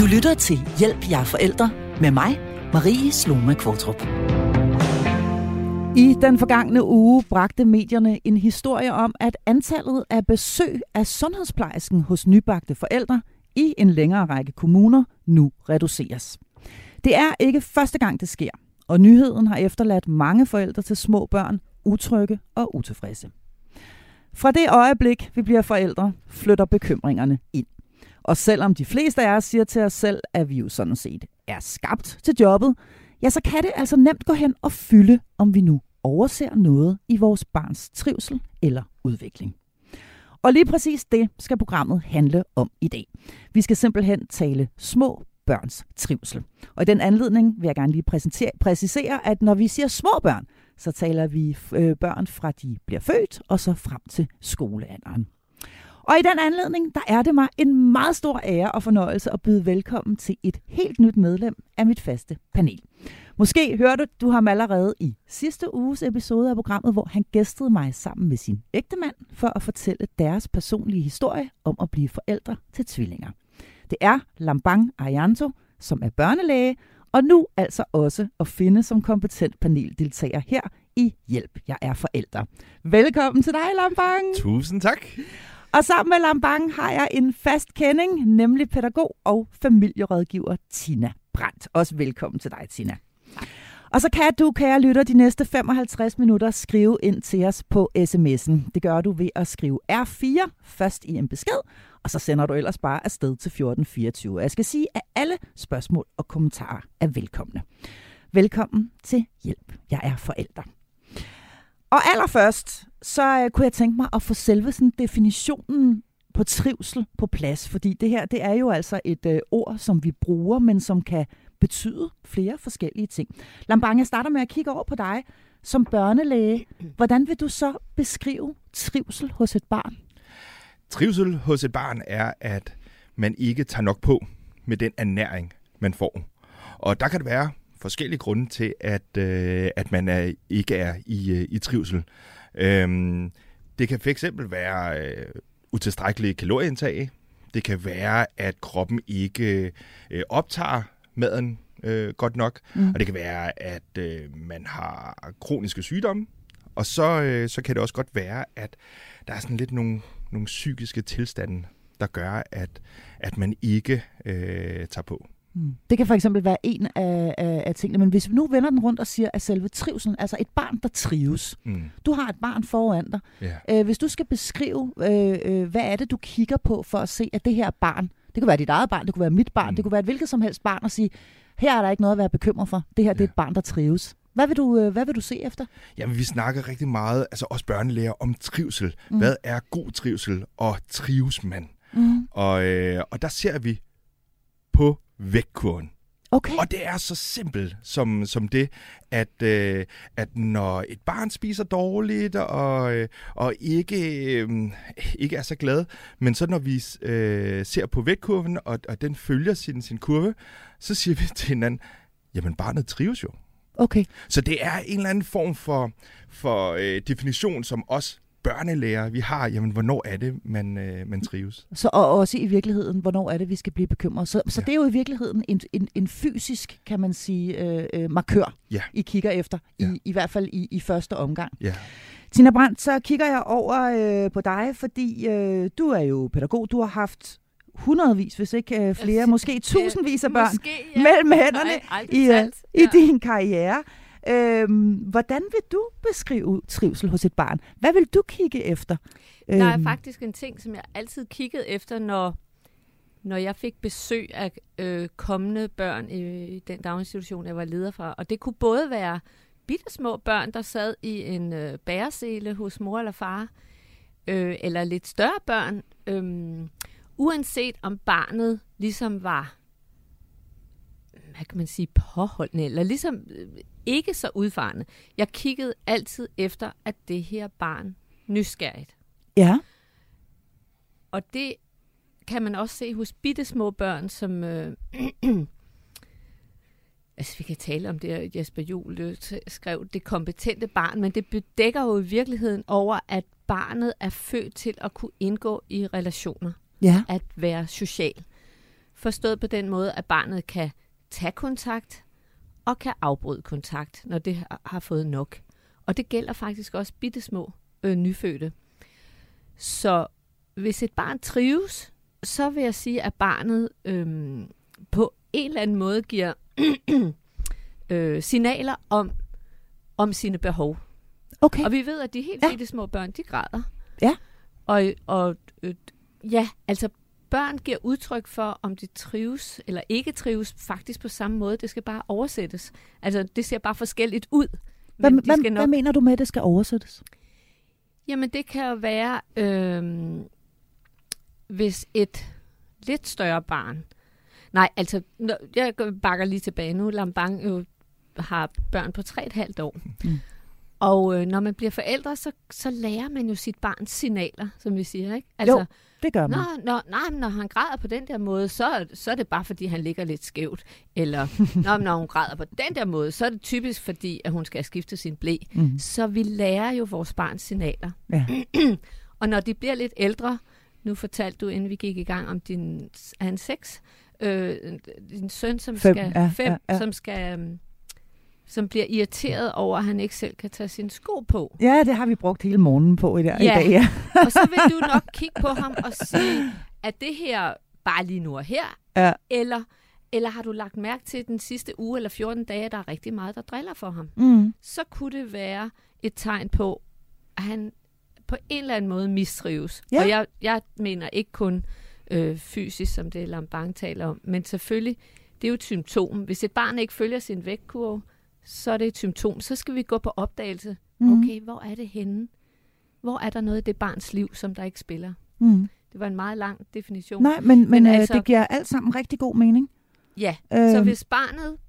lytter til Hjælp, jeg er forældre med mig, Marie Sloma Kvartrup. I den forgangne uge bragte medierne en historie om, at antallet af besøg af sundhedsplejersken hos nybagte forældre i en længere række kommuner nu reduceres. Det er ikke første gang, det sker, og nyheden har efterladt mange forældre til små børn utrygge og utilfredse. Fra det øjeblik, vi bliver forældre, flytter bekymringerne ind. Og selvom de fleste af os siger til os selv, at vi jo sådan set er skabt til jobbet, ja, så kan det altså nemt gå hen og fylde, om vi nu overser noget i vores barns trivsel eller udvikling. Og lige præcis det skal programmet handle om i dag. Vi skal simpelthen tale små børns trivsel. Og i den anledning vil jeg gerne lige præcisere, at når vi siger små børn, så taler vi børn fra de bliver født og så frem til skolealderen. Og i den anledning, der er det mig en meget stor ære og fornøjelse at byde velkommen til et helt nyt medlem af mit faste panel. Måske hørte du ham allerede i sidste uges episode af programmet, hvor han gæstede mig sammen med sin ægtemand for at fortælle deres personlige historie om at blive forældre til tvillinger. Det er Lambang Arianto, som er børnelæge, og nu altså også at finde som kompetent paneldeltager her i Hjælp, jeg er forældre. Velkommen til dig, Lambang. Tusind tak. Og sammen med Lambang har jeg en fast kending, nemlig pædagog og familierådgiver Tina Brandt. Også velkommen til dig, Tina. Og så kan du, kære lytter, de næste 55 minutter skrive ind til os på sms'en. Det gør du ved at skrive R4 først i en besked, og så sender du ellers bare afsted til 1424. Jeg skal sige, at alle spørgsmål og kommentarer er velkomne. Velkommen til Hjælp, jeg er forældre. Og allerførst, så kunne jeg tænke mig at få selve sådan definitionen på trivsel på plads, fordi det her, det er jo altså et ord, som vi bruger, men som kan betyde flere forskellige ting. Lambang, jeg starter med at kigge over på dig som børnelæge. Hvordan vil du så beskrive trivsel hos et barn? Trivsel hos et barn er, at man ikke tager nok på med den ernæring, man får. Og der kan det være forskellige grunde til, at man ikke er i trivsel. Det kan fx være utilstrækkeligt kalorieindtag. Det kan være, at kroppen ikke optager maden godt nok. Og det kan være, at man har kroniske sygdomme. Og så kan det også godt være, at der er sådan lidt nogle psykiske tilstande, der gør, at man ikke tager på. Det kan for eksempel være en af tingene, men hvis vi nu vender den rundt og siger, at selve trivselen, altså et barn, der trives. Du har et barn foran dig. Yeah. Hvis du skal beskrive, hvad er det, du kigger på for at se, at det her barn, det kunne være dit eget barn, det kunne være mit barn, det kunne være et hvilket som helst barn, og sige, her er der ikke noget at være bekymret for. Det her, det er et barn, der trives. Hvad vil du se efter? Jamen, vi snakker rigtig meget, altså også børnelæger, om trivsel. Hvad er god trivsel, og trives man? Og der ser vi på vægtkurven. Okay. Og det er så simpelt som det, at når et barn spiser dårligt og ikke er så glad, men så når vi ser på vægtkurven, og den følger sin kurve, så siger vi til hinanden, jamen barnet trives jo. Okay. Så det er en eller anden form for definition, som os børnelærer, vi har, jamen, hvornår er det, man trives. Så og også i virkeligheden, hvornår er det, vi skal blive bekymret. Så det er jo i virkeligheden en fysisk, kan man sige, markør, I kigger efter, i hvert fald i første omgang. Ja. Tina Brandt, så kigger jeg over på dig, fordi du er jo pædagog, du har haft hundredvis, hvis ikke flere, måske tusindvis af børn mellem hænderne i din karriere. Hvordan vil du beskrive trivsel hos et barn? Hvad vil du kigge efter? Der er faktisk en ting, som jeg altid kiggede efter, når jeg fik besøg af kommende børn i den daginstitution, jeg var leder fra. Og det kunne både være bittesmå børn, der sad i en bæresele hos mor eller far, eller lidt større børn, uanset om barnet ligesom var, hvad kan man sige, påholdende, eller ligesom ikke så udfarende. Jeg kiggede altid efter, at det her barn nysgerrigt. Ja. Og det kan man også se hos bittesmå børn, som altså vi kan tale om det, Jesper Juhl skrev, det kompetente barn, men det dækker jo i virkeligheden over, at barnet er født til at kunne indgå i relationer. Ja. At være social. Forstået på den måde, at barnet kan tage kontakt og kan afbryde kontakt, når det har fået nok. Og det gælder faktisk også bittesmå nyfødte. Så hvis et barn trives, så vil jeg sige, at barnet på en eller anden måde giver signaler om sine behov. Okay. Og vi ved, at de helt bitte små børn, de græder. Ja. Og altså børn giver udtryk for, om de trives eller ikke trives, faktisk på samme måde. Det skal bare oversættes. Altså, det ser bare forskelligt ud. Hvad mener du med, at det skal oversættes? Jamen, det kan jo være, hvis et lidt større barn... Nej, altså, jeg bakker lige tilbage nu. Lambang jo har børn på 3,5 år. Mm. Og når man bliver forældre, så lærer man jo sit barns signaler, som vi siger, ikke? Altså, jo, det gør man. Når han græder på den der måde, så er det bare, fordi han ligger lidt skævt. Eller når hun græder på den der måde, så er det typisk, fordi at hun skal skifte sin ble. Mm. Så vi lærer jo vores barns signaler. Ja. Og når de bliver lidt ældre, nu fortalte du, inden vi gik i gang, om din 6, din søn, som som bliver irriteret over, at han ikke selv kan tage sine sko på. Ja, det har vi brugt hele morgenen på i dag. Ja. Og så vil du nok kigge på ham og sige, at det her bare lige nu og her, eller har du lagt mærke til den sidste uge eller 14 dage, at der er rigtig meget, der driller for ham. Mm. Så kunne det være et tegn på, at han på en eller anden måde mistrives. Ja. Og jeg mener ikke kun fysisk, som det Lambang taler om, men selvfølgelig, det er jo et symptom. Hvis et barn ikke følger sin vægtkurve, så er det et symptom. Så skal vi gå på opdagelse. Okay, hvor er det henne? Hvor er der noget i det barns liv, som der ikke spiller? Mm. Det var en meget lang definition. Nej, men altså, det giver alt sammen rigtig god mening. Ja, så hvis barnet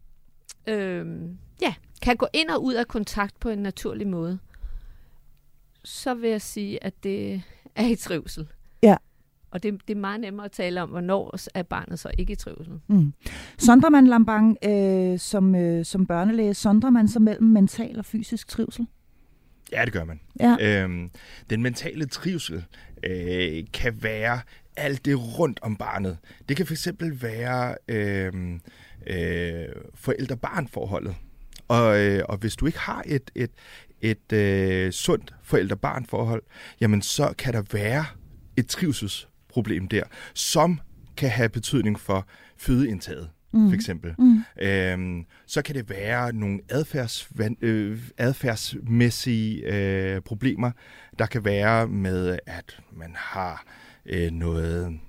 kan gå ind og ud af kontakt på en naturlig måde, så vil jeg sige, at det er i trivsel. Ja. Og det er meget nemmere at tale om, hvornår er barnet så ikke i trivsel. Mm. Sondrer man, Lambang, som børnelæge, sondrer man så mellem mental og fysisk trivsel? Ja, det gør man. Ja. Den mentale trivsel kan være alt det rundt om barnet. Det kan fx være forældre-barn-forholdet. Og hvis du ikke har et sundt forældre-barn-forhold, jamen så kan der være et trivselsproblem der, som kan have betydning for fødeindtaget, for eksempel. Så kan det være nogle adfærdsmæssige problemer, der kan være med, at man har noget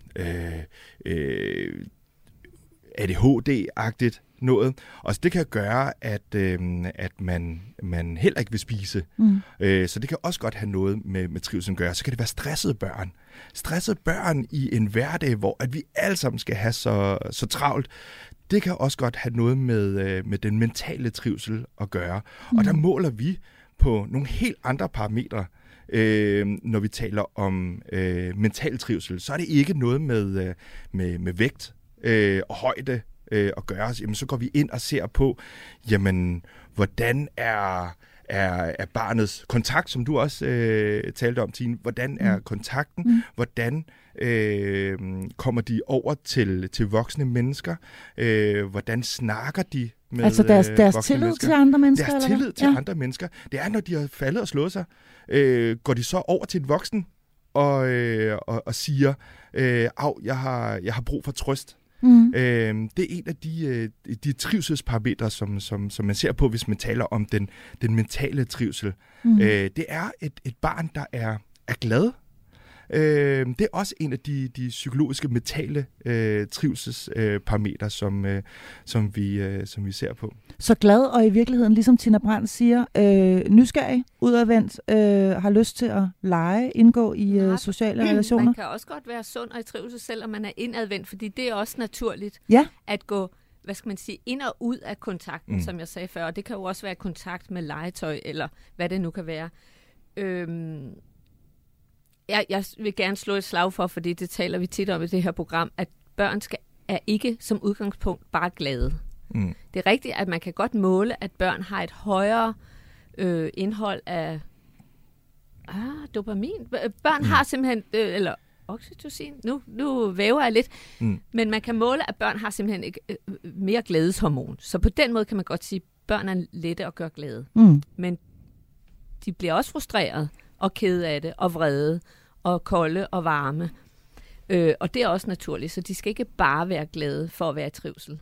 ADHD-agtigt noget. Og det kan gøre, at man heller ikke vil spise. Så det kan også godt have noget med trivsel at gøre. Så kan det være stressede børn. Stressede børn i en hverdag, hvor at vi alle sammen skal have så travlt. Det kan også godt have noget med den mentale trivsel at gøre. Og der måler vi på nogle helt andre parametre. Når vi taler om mental trivsel, så er det ikke noget med vægt og højde at gøre. Jamen, så går vi ind og ser på, jamen, hvordan er barnets kontakt, som du også talte om, Tine. Hvordan er kontakten? Hvordan kommer de over til voksne mennesker? Hvordan snakker de med altså deres tillid mennesker? Til andre mennesker? Deres tillid til andre mennesker. Det er, når de har faldet og slået sig, går de så over til en voksen og siger, jeg har brug for trøst. Det er en af de trivselsparametre, som man ser på, hvis man taler om den mentale trivsel. Det er et barn, der er glad. Det er også en af de psykologiske mentale trivselsparametre, som vi ser på. Så glad og i virkeligheden, ligesom Tina Brandt siger, nysgerrig, udadvendt, har lyst til at lege, indgå i sociale relationer. Man kan også godt være sund og i trivsel, selvom man er indadvendt, fordi det er også naturligt at gå, hvad skal man sige, ind og ud af kontakten, som jeg sagde før. Og det kan jo også være kontakt med legetøj, eller hvad det nu kan være. Jeg vil gerne slå et slag for, fordi det taler vi tit om i det her program, at børn er ikke som udgangspunkt bare glade. Det er rigtigt, at man kan godt måle, at børn har et højere indhold af dopamin. Børn har simpelthen, eller oxytocin? Nu væver jeg lidt. Men man kan måle, at børn har simpelthen ikke mere glædeshormon. Så på den måde kan man godt sige, at børn er lette at gøre glade. Men de bliver også frustreret og kede af det, og vrede, og kolde og varme. Og det er også naturligt, så de skal ikke bare være glade for at være i trivsel.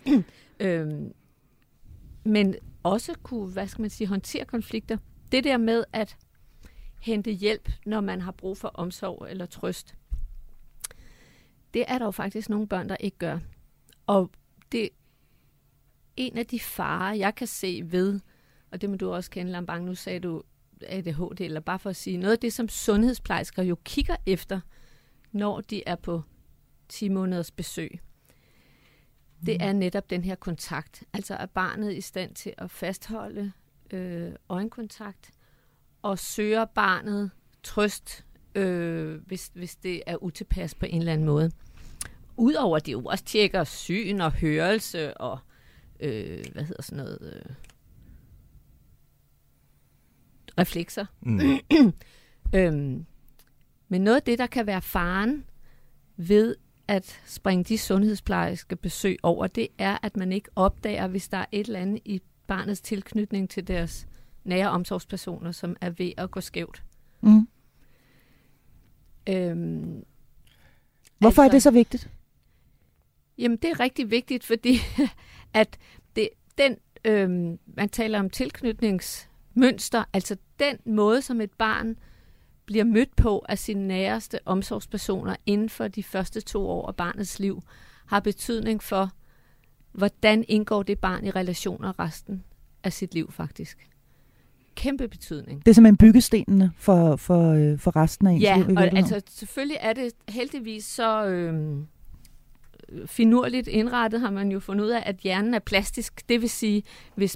Men også kunne, håndtere konflikter. Det der med at hente hjælp, når man har brug for omsorg eller trøst, det er der jo faktisk nogle børn, der ikke gør. Og det er en af de farer, jeg kan se ved, og det må du også kende, Lambang, nu sagde du ADHD, eller bare for at sige, noget af det, som sundhedsplejersker jo kigger efter, når de er på 10 måneders besøg, det er netop den her kontakt. Altså er barnet i stand til at fastholde øjenkontakt, og søger barnet trøst, hvis det er utilpas på en eller anden måde. Udover at de jo også tjekker syn og hørelse og reflekser. Men noget af det, der kan være faren ved at springe de sundhedsplejerske besøg over, det er, at man ikke opdager, hvis der er et eller andet i barnets tilknytning til deres nære omsorgspersoner, som er ved at gå skævt. Hvorfor er det så vigtigt? Jamen, det er rigtig vigtigt, fordi at man taler om tilknytningsmønster, altså den måde, som et barn bliver mødt på af sine næreste omsorgspersoner inden for de første 2 år af barnets liv, har betydning for, hvordan indgår det barn i relationer resten af sit liv faktisk. Kæmpe betydning. Det er simpelthen byggestenene for resten af ens liv. Ja, og altså selvfølgelig er det heldigvis så finurligt indrettet, har man jo fundet ud af, at hjernen er plastisk. Det vil sige, hvis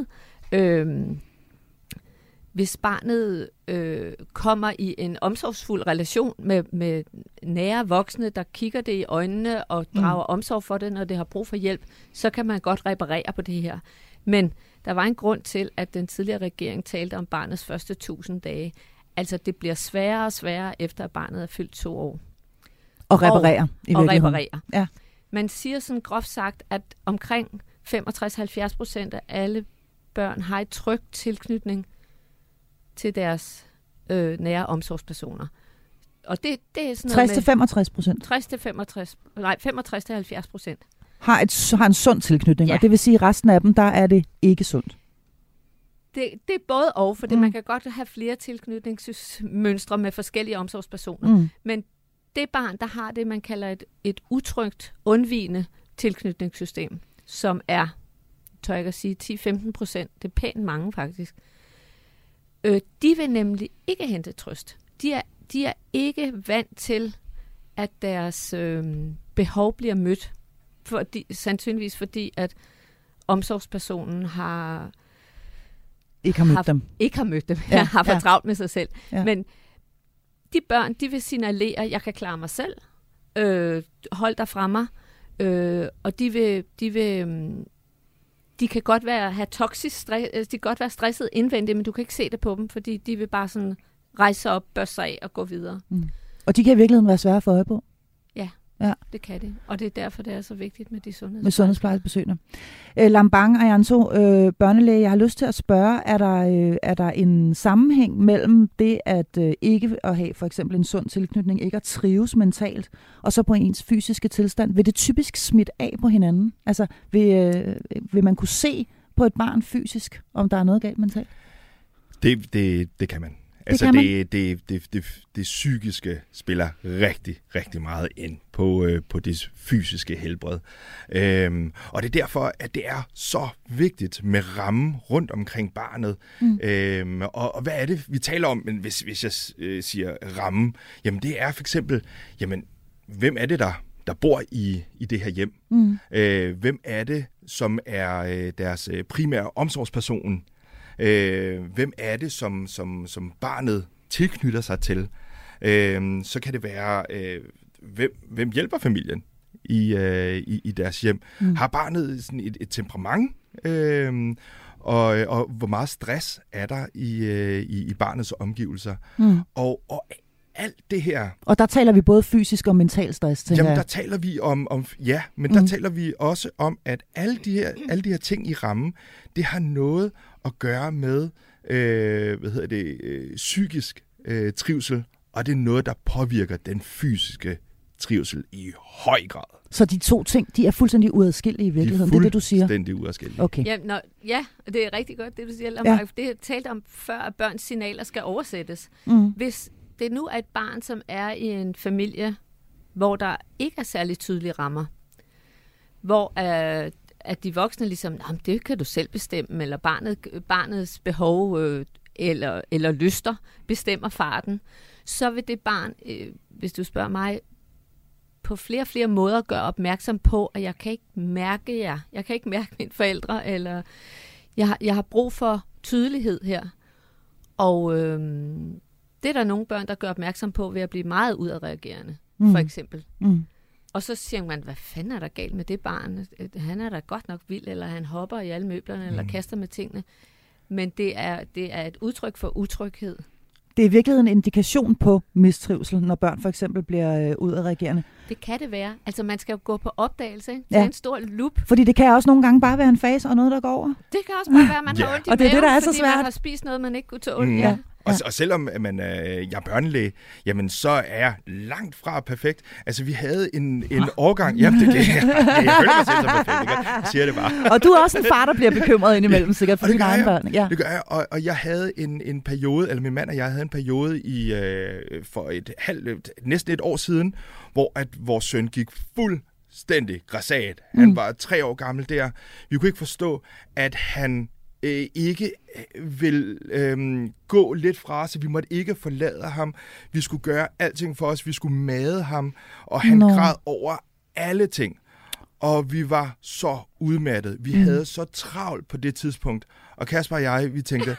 barnet kommer i en omsorgsfuld relation med nære voksne, der kigger det i øjnene og drager omsorg for det, når det har brug for hjælp, så kan man godt reparere på det her. Men der var en grund til, at den tidligere regering talte om barnets første 1000 dage. Altså det bliver sværere og sværere, efter at barnet er fyldt 2 år. Og reparere. Ja. Man siger sådan groft sagt, at omkring 65-70% af alle børn har et trygt tilknytning til deres nære omsorgspersoner. Og det er sådan noget 65-65%. Har en sund tilknytning, og det vil sige, at resten af dem, der er det ikke sundt. Det er både og, for man kan godt have flere tilknytningsmønstre med forskellige omsorgspersoner. Men det barn, der har det, man kalder et utrygt, undvigende tilknytningssystem, som er, tør jeg ikke at sige, 10-15%, det er pænt mange faktisk, de vil nemlig ikke hente trøst. De er ikke vant til, at deres behov bliver mødt, sandsynligvis fordi, at omsorgspersonen ikke har mødt dem. Har for travlt med sig selv. Ja. Men de børn, de vil signalere, jeg kan klare mig selv, hold dig fra mig, og de kan godt have toksisk stress, de kan godt være stresset indvendigt, men du kan ikke se det på dem, fordi de vil bare sådan rejse op, børste sig af og gå videre. Og de kan i virkeligheden være svære at få øje på. Ja, det kan det. Og det er derfor, det er så vigtigt med de sundhedsplejerbesøgende. Lambang Ayanto, børnelæge, jeg har lyst til at spørge, er der en sammenhæng mellem det at ikke at have for eksempel en sund tilknytning, ikke at trives mentalt, og så på ens fysiske tilstand? Vil det typisk smitte af på hinanden? Altså, vil man kunne se på et barn fysisk, om der er noget galt mentalt? Det kan man. Altså det psykiske spiller rigtig, rigtig meget ind på det fysiske helbred. Og det er derfor, at det er så vigtigt med rammen rundt omkring barnet. Og hvad er det, vi taler om, hvis jeg siger rammen? Jamen det er for eksempel, hvem er det, der bor i det her hjem? Hvem er det, som er deres primære omsorgsperson? Hvem er det, som barnet tilknytter sig til? Så kan det være, hvem hjælper familien i deres hjem? Har barnet sådan et temperament? Og hvor meget stress er der i barnets omgivelser? Og alt det her. Og der taler vi både fysisk og mental stress, tænker jeg. Der taler vi der taler vi også om, at alle de her ting i rammen, det har noget at gøre med psykisk trivsel, og det er noget, der påvirker den fysiske trivsel i høj grad. Så de to ting, de er fuldstændig uadskillige i virkeligheden, det er det, du siger? Fuldstændig uadskillige. Okay. Ja, det er rigtig godt, det du siger. Det jeg talte om før, at børns signaler skal oversættes. Hvis det nu er et barn, som er i en familie, hvor der ikke er særlig tydelige rammer, hvor at de voksne ligesom, det kan du selv bestemme, eller barnets behov eller lyster bestemmer farten, så vil det barn, hvis du spørger mig, på flere og flere måder gøre opmærksom på, at jeg kan ikke mærke jer. Jeg kan ikke mærke mine forældre, eller jeg har brug for tydelighed her. Og det er der nogle børn, der gør opmærksom på ved at blive meget udadreagerende, for eksempel. Og så siger man, hvad fanden er der galt med det barn? Han er da godt nok vild, eller han hopper i alle møblerne, eller kaster med tingene. Men det er et udtryk for utryghed. Det er i virkeligheden en indikation på mistrivsel, når børn for eksempel bliver udadreagerende. Det kan det være. Altså man skal jo gå på opdagelse, ikke? Det er en stor lup. Fordi det kan også nogle gange bare være en fase og noget, der går over. Det kan også bare være, at man har ondt i maven, fordi man har spist noget, man ikke kunne tåle. Ja. Og selvom jeg er børnelæge, jamen så er jeg langt fra perfekt. Altså vi havde en årgang. Jamen det jeg føler mig selv så perfekt, ikke? Jeg siger det bare. Og du er også en far, der bliver bekymret indimellem, sikkert for dine egne børn. Ja. Det gør jeg, og jeg havde en periode, eller min mand og jeg havde en periode for næsten et år siden, hvor at vores søn gik fuldstændig grassat. Han var 3 år gammel der. Vi kunne ikke forstå, at han ikke vil gå lidt fra os. Vi måtte ikke forlade ham. Vi skulle gøre alting for os. Vi skulle made ham. Og han græd over alle ting. Og vi var så udmattet. Vi havde så travlt på det tidspunkt. Og Kasper og jeg, vi tænkte,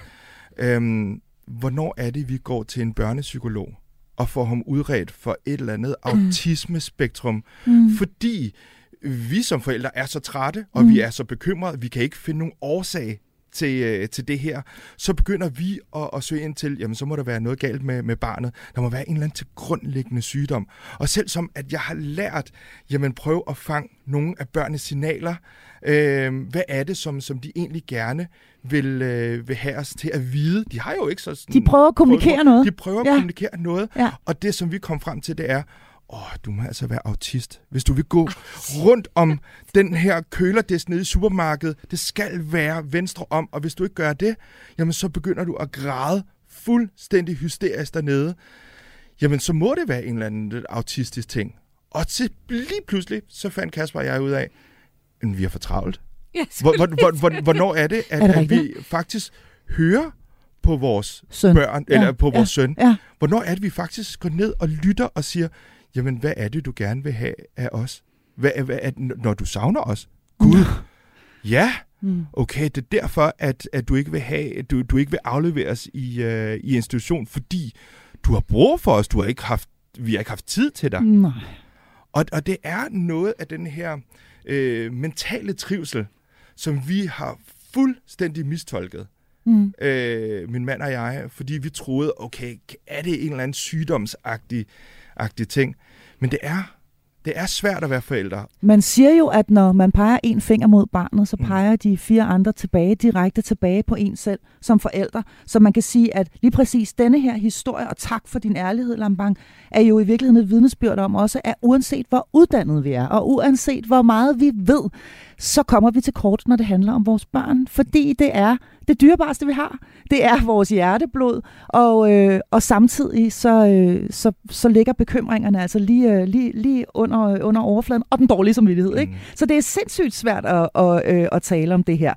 hvornår er det, vi går til en børnepsykolog og får ham udredt for et eller andet autismespektrum? Fordi vi som forældre er så trætte, og vi er så bekymrede. Vi kan ikke finde nogen årsag til det her, så begynder vi at søge ind til, jamen så må der være noget galt med barnet. Der må være en eller anden tilgrundliggende sygdom. Og selv som at jeg har lært, jamen prøv at fange nogle af børnenes signaler. Hvad er det, som de egentlig gerne vil have os til at vide? De har jo ikke så sådan... De prøver at kommunikere noget. De prøver at kommunikere noget. Ja. Og det, som vi kom frem til, det er, du må altså være autist. Hvis du vil gå rundt om den her kølerdisk nede i supermarkedet, det skal være venstre om, og hvis du ikke gør det, jamen så begynder du at græde fuldstændig hysterisk dernede. Jamen så må det være en eller anden autistisk ting. Og lige pludselig, så fandt Kasper og jeg ud af, at vi er for travlt. Hvornår er det, at vi faktisk hører på vores børn, eller på vores søn? Ja. Hvornår er det, vi faktisk går ned og lytter og siger, jamen, hvad er det, du gerne vil have af os? Hvad når du savner os? Gud, ja, okay, det er derfor, at du ikke vil have, du ikke vil afleveres i institution, fordi du har brug for os. Vi har ikke haft tid til dig. Nej. Og det er noget af den her mentale trivsel, som vi har fuldstændig mistolket. Min mand og jeg, fordi vi troede, okay, er det en eller anden sygdomsagtig ting? Men det er svært at være forældre. Man siger jo, at når man peger en finger mod barnet, så peger de 4 andre direkte tilbage på en selv som forældre. Så man kan sige, at lige præcis denne her historie, og tak for din ærlighed, Lambang, er jo i virkeligheden et vidnesbyrd om også, at uanset hvor uddannet vi er, og uanset hvor meget vi ved, så kommer vi til kort, når det handler om vores børn. Fordi det er det dyrebareste, vi har. Det er vores hjerteblod, og samtidig så ligger bekymringerne altså lige under overfladen, og den dårlige samvittighed. Ikke? Så det er sindssygt svært at tale om det her.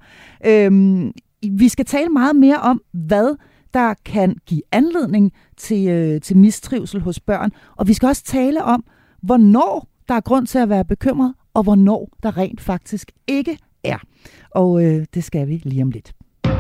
Vi skal tale meget mere om, hvad der kan give anledning til mistrivsel hos børn, og vi skal også tale om, hvornår der er grund til at være bekymret, og hvornår der rent faktisk ikke er. Og det skal vi lige om lidt.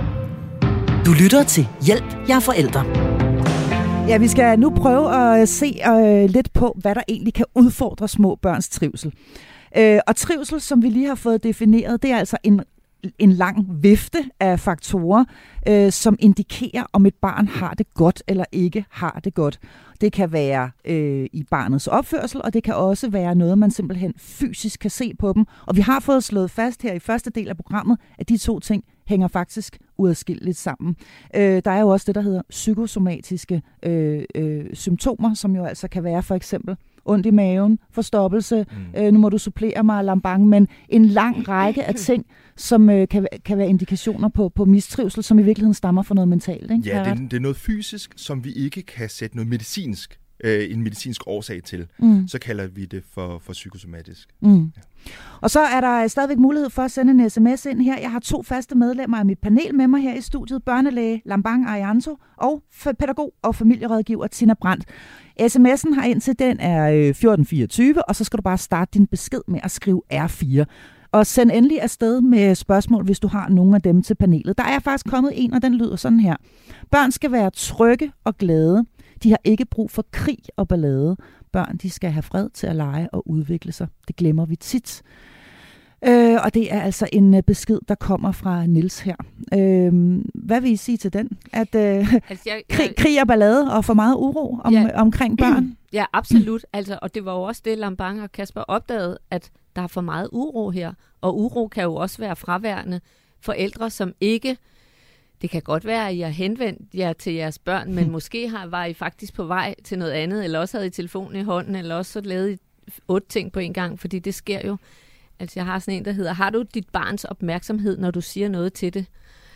Du lytter til Hjælp, jeg er forældre. Ja, vi skal nu prøve at se lidt på, hvad der egentlig kan udfordre små børns trivsel. Og trivsel, som vi lige har fået defineret, det er altså en en lang vifte af faktorer, som indikerer, om et barn har det godt eller ikke har det godt. Det kan være i barnets opførsel, og det kan også være noget, man simpelthen fysisk kan se på dem. Og vi har fået slået fast her i første del af programmet, at de to ting hænger faktisk uadskilleligt sammen. Der er jo også det, der hedder psykosomatiske symptomer, som jo altså kan være for eksempel ondt i maven, forstoppelse, nu må du supplere mig, lambang, men en lang række af ting, som kan være indikationer på mistrivsel, som i virkeligheden stammer fra noget mentalt. Ikke? Ja, det er noget fysisk, som vi ikke kan sætte noget medicinsk, en medicinsk årsag til. Så kalder vi det for psykosomatisk. Ja. Og så er der stadigvæk mulighed for at sende en sms ind her. Jeg har 2 faste medlemmer af mit panel med mig her i studiet. Børnelæge Lambang Arianto og pædagog og familierådgiver Tina Brandt. SMS'en her ind til den er 1424, og så skal du bare starte din besked med at skrive R4. Og send endelig afsted med spørgsmål, hvis du har nogle af dem til panelet. Der er faktisk kommet en, og den lyder sådan her. Børn skal være trygge og glade. De har ikke brug for krig og ballade. Børn, de skal have fred til at lege og udvikle sig. Det glemmer vi tit. Og det er altså en besked, der kommer fra Niels her. Hvad vil I sige til den? At krig og ballade og for meget uro omkring børn? Ja, absolut. Altså, og det var jo også det, Lambang og Kasper opdagede, at der er for meget uro her. Og uro kan jo også være fraværende forældre, som ikke... Det kan godt være, at I har henvendt jer til jeres børn, men måske var I faktisk på vej til noget andet, eller også havde I telefonen i hånden, eller også så lavede I 8 ting på en gang, fordi det sker jo. Altså jeg har sådan en, der hedder, har du dit barns opmærksomhed, når du siger noget til det?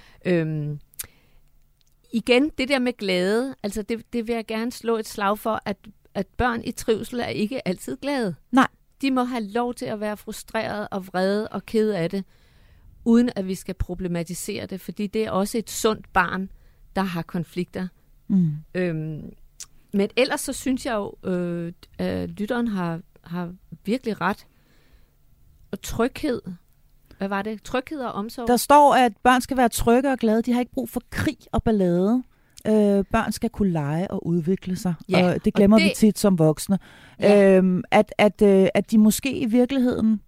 Igen, det der med glæde, altså det vil jeg gerne slå et slag for, at børn i trivsel er ikke altid glade. Nej. De må have lov til at være frustreret og vrede og kede af det, uden at vi skal problematisere det, fordi det er også et sundt barn, der har konflikter. Men ellers så synes jeg jo, at lytteren har virkelig ret. Og tryghed. Hvad var det? Tryghed og omsorg? Der står, at børn skal være trygge og glade. De har ikke brug for krig og ballade. Børn skal kunne lege og udvikle sig. Ja, og det glemmer vi tit som voksne. Ja. At de måske i virkeligheden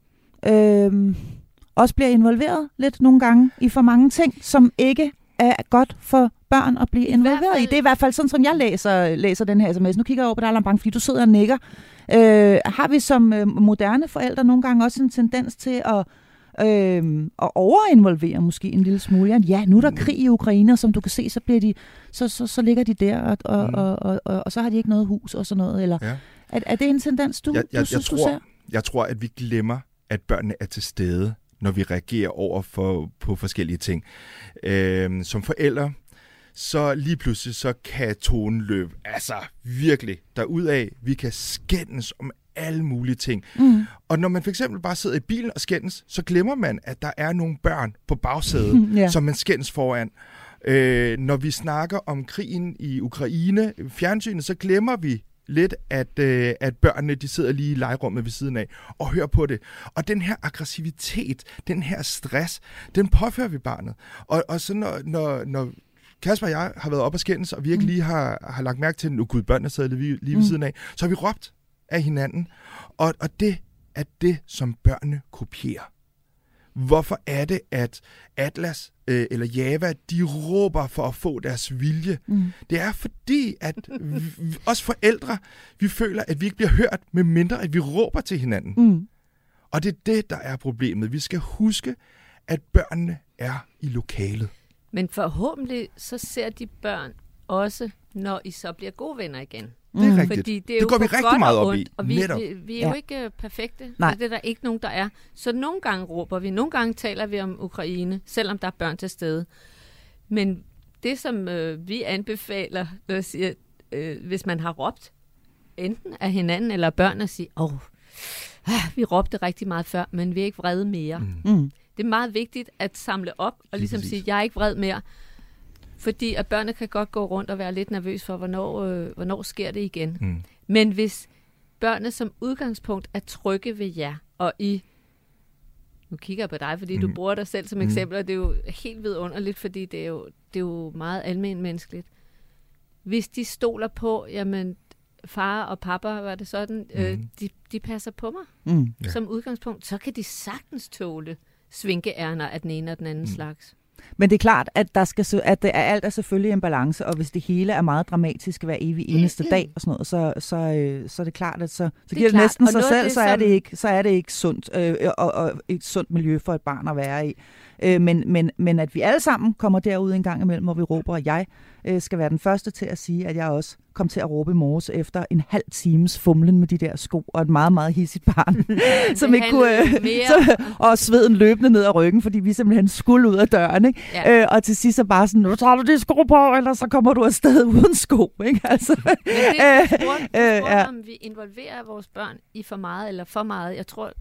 også bliver involveret lidt nogle gange i for mange ting, som ikke er godt for børn at blive involveret i. Det er i hvert fald sådan, som jeg læser den her sms. Nu kigger jeg over på dig, Lambang, fordi du sidder og nikker. Har vi som moderne forældre nogle gange også en tendens til at overinvolvere måske en lille smule? Ja, nu er der krig i Ukraine, og som du kan se, så bliver de, så ligger de der, og så har de ikke noget hus og sådan noget. Eller, ja. Er det en tendens, du synes, du ser? Jeg tror, at vi glemmer, at børnene er til stede, når vi reagerer over på forskellige ting. Som forældre, så lige pludselig så kan tonen løbe virkelig derudad. Vi kan skændes om alle mulige ting. Og når man for eksempel bare sidder i bilen og skændes, så glemmer man, at der er nogle børn på bagsædet, som man skændes foran. Når vi snakker om krigen i Ukraine, fjernsynet, så glemmer vi lidt, at børnene de sidder lige i legerummet ved siden af og hører på det. Og den her aggressivitet, den her stress, den påfører vi barnet. Og så når Kasper og jeg har været op og skændes, og vi ikke lige har lagt mærke til, nu gud, børnene sidder lige ved siden af, så har vi råbt af hinanden. Og det er det, som børnene kopierer. Hvorfor er det, at Atlas eller Java, de råber for at få deres vilje? Det er fordi, at os forældre, vi føler, at vi ikke bliver hørt, med mindre at vi råber til hinanden. Og det er det, der er problemet. Vi skal huske, at børnene er i lokalet. Men forhåbentlig så ser de børn også, når I så bliver gode venner igen. Det er rigtigt. Fordi det går vi rigtig meget op i. Og vi er jo ikke perfekte. Nej. Det er der ikke nogen, der er. Så nogle gange råber vi, nogle gange taler vi om Ukraine, selvom der er børn til stede. Men det, som vi anbefaler, siger, hvis man har råbt, enten af hinanden eller børn, at sige, vi råbte rigtig meget før, men vi er ikke vrede mere. Det er meget vigtigt at samle op og ligesom sige, jeg er ikke vred mere. Fordi at børnene kan godt gå rundt og være lidt nervøs for, hvornår sker det igen. Men hvis børnene som udgangspunkt er trygge ved jer, og nu kigger jeg på dig, fordi du bruger dig selv som eksempel, og det er jo helt vidunderligt, fordi det er jo meget almenmenneskeligt. Hvis de stoler på, jamen far og papa, var det sådan, de passer på mig som udgangspunkt, så kan de sagtens tåle svinkeærner af den ene og den anden slags. Men det er klart, at alt er selvfølgelig en balance, og hvis det hele er meget dramatisk hver evig eneste dag og sådan noget, så er det klart, at så giver det næsten sig selv, så er det ikke sundt og et sundt miljø for et barn at være i. Men at vi alle sammen kommer derud en gang imellem, hvor vi råber, og jeg skal være den første til at sige, at jeg også kom til at råbe i morges efter en halv times fumlen med de der sko, og et meget, meget hissigt barn, som ikke kunne, og sveden løbende ned ad ryggen, fordi vi simpelthen skulle ud af døren, ikke? Ja. Og til sidst så bare sådan, nu tager du de sko på, eller så kommer du afsted uden sko, ikke? Altså. Men det er om vi involverer vores børn i for meget eller for meget. Jeg tror,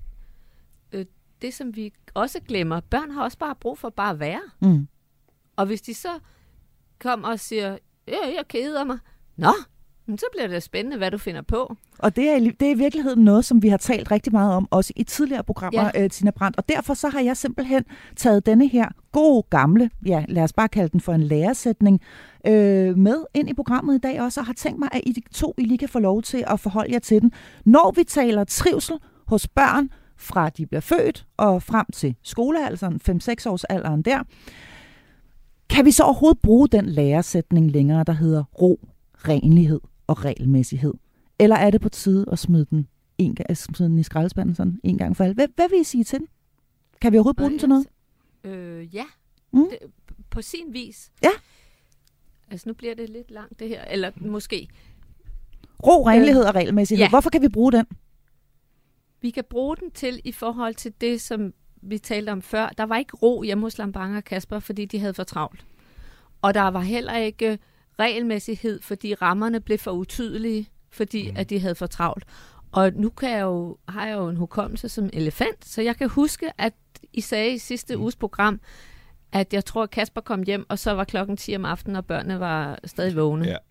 det som vi også glemmer, børn har også bare brug for bare at være. Mm. Og hvis de så kommer og siger, jeg keder mig, så bliver det spændende, hvad du finder på. Og det er i virkeligheden noget, som vi har talt rigtig meget om, også i tidligere programmer, Tina Brandt. Og derfor så har jeg simpelthen taget denne her gode gamle, lad os bare kalde den for en læresætning, med ind i programmet i dag også, og har tænkt mig, at I lige kan få lov til at forholde jer til den. Når vi taler trivsel hos børn, fra de bliver født og frem til skolealderen, 5-6 års alderen der, kan vi så overhovedet bruge den læresætning længere, der hedder ro, renlighed og regelmæssighed? Eller er det på tide at smide den i skraldespanden sådan en gang for alle? Hvad vil I sige til den? Kan vi overhovedet bruge den til noget? Ja, på sin vis. Ja. Altså nu bliver det lidt langt det her, eller måske. Ro, renlighed og regelmæssighed. Ja. Hvorfor kan vi bruge den? Vi kan bruge den til i forhold til det, som vi talte om før. Der var ikke ro hjemme hos Lambange og Kasper, fordi de havde for travlt. Og der var heller ikke regelmæssighed, fordi rammerne blev for utydelige, fordi at de havde for travlt. Og nu har jeg jo en hukommelse som elefant, så jeg kan huske, at I sagde i sidste uges program, at jeg tror, at Kasper kom hjem, og så var klokken 10 om aftenen, og børnene var stadig vågne. Ja.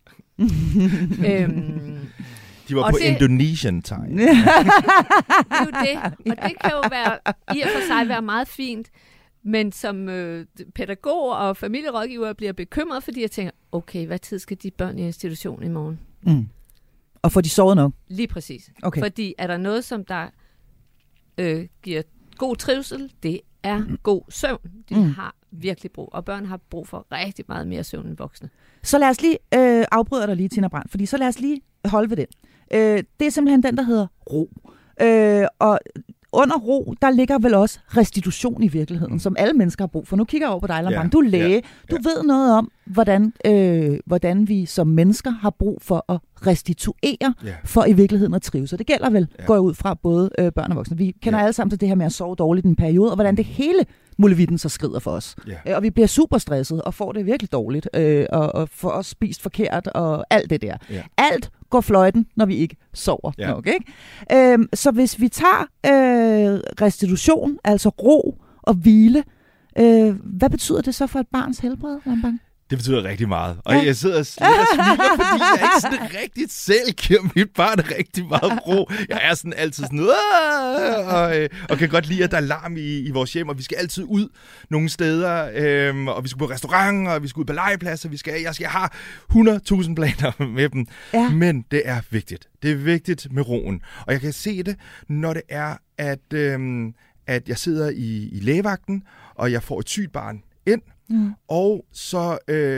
De var på Indonesian time. Det er jo det. Og det kan jo i og for sig være meget fint. Men som pædagog og familierådgiver bliver bekymret, fordi jeg tænker, okay, hvad tid skal de børn i institution i morgen? Mm. Og får de sovet nok? Lige præcis. Okay. Fordi er der noget, som der giver god trivsel, det er god søvn. De har virkelig brug, og børn har brug for rigtig meget mere søvn end voksne. Så lad os lige afbryde dig lige, Tina Brandt, fordi så lad os lige holde ved den. Det er simpelthen den, der hedder ro. Og under ro, der ligger vel også restitution i virkeligheden, som alle mennesker har brug for. Nu kigger jeg over på dig, Lambange. Du er læge. Du ved noget om, hvordan vi som mennesker har brug for at restituere for i virkeligheden at trives. Og det gælder vel, går jeg ud fra, både børn og voksne. Vi kender alle sammen til det her med at sove dårligt i en periode, og hvordan det hele muligheden så skrider for os. Og vi bliver super stresset og får det virkelig dårligt, og får os spist forkert og alt det der. Alt går fløjten, når vi ikke sover nok, ikke? Så hvis vi tager restitution, altså ro og hvile, hvad betyder det så for et barns helbred, Lambange? Det betyder rigtig meget. Og jeg sidder og smiler, fordi jeg ikke sådan rigtigt selv giver mit barn rigtig meget ro. Jeg er sådan altid sådan og kan godt lide, at der er larm i vores hjem, og vi skal altid ud nogle steder, og vi skal på restaurant, og vi skal ud på legepladser, jeg har 100.000 planer med dem. Ja. Men det er vigtigt. Det er vigtigt med roen. Og jeg kan se det, når det er, at jeg sidder i lægevagten, og jeg får et sygt barn ind, og så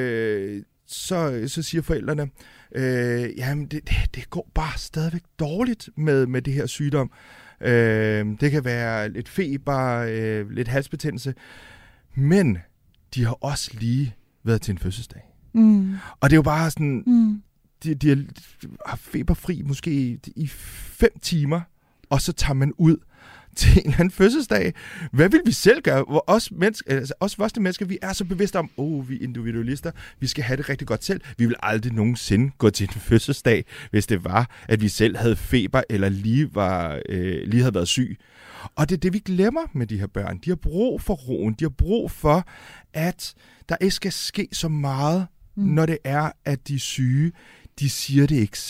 siger forældrene, jamen det går bare stadigvæk dårligt med det her sygdom. Det kan være lidt feber, lidt halsbetændelse, men de har også lige været til en fødselsdag. Og det er jo bare sådan, de har feberfri måske i 5 timer, og så tager man ud til en eller anden fødselsdag. Hvad vil vi selv gøre? Os voksne mennesker, vi er så bevidste om, vi er individualister, vi skal have det rigtig godt selv. Vi vil aldrig nogensinde gå til en fødselsdag, hvis det var, at vi selv havde feber, eller lige havde været syg. Og det er det, vi glemmer med de her børn. De har brug for roen. De har brug for, at der ikke skal ske så meget, når det er, at de er syge. De siger det ikke selv.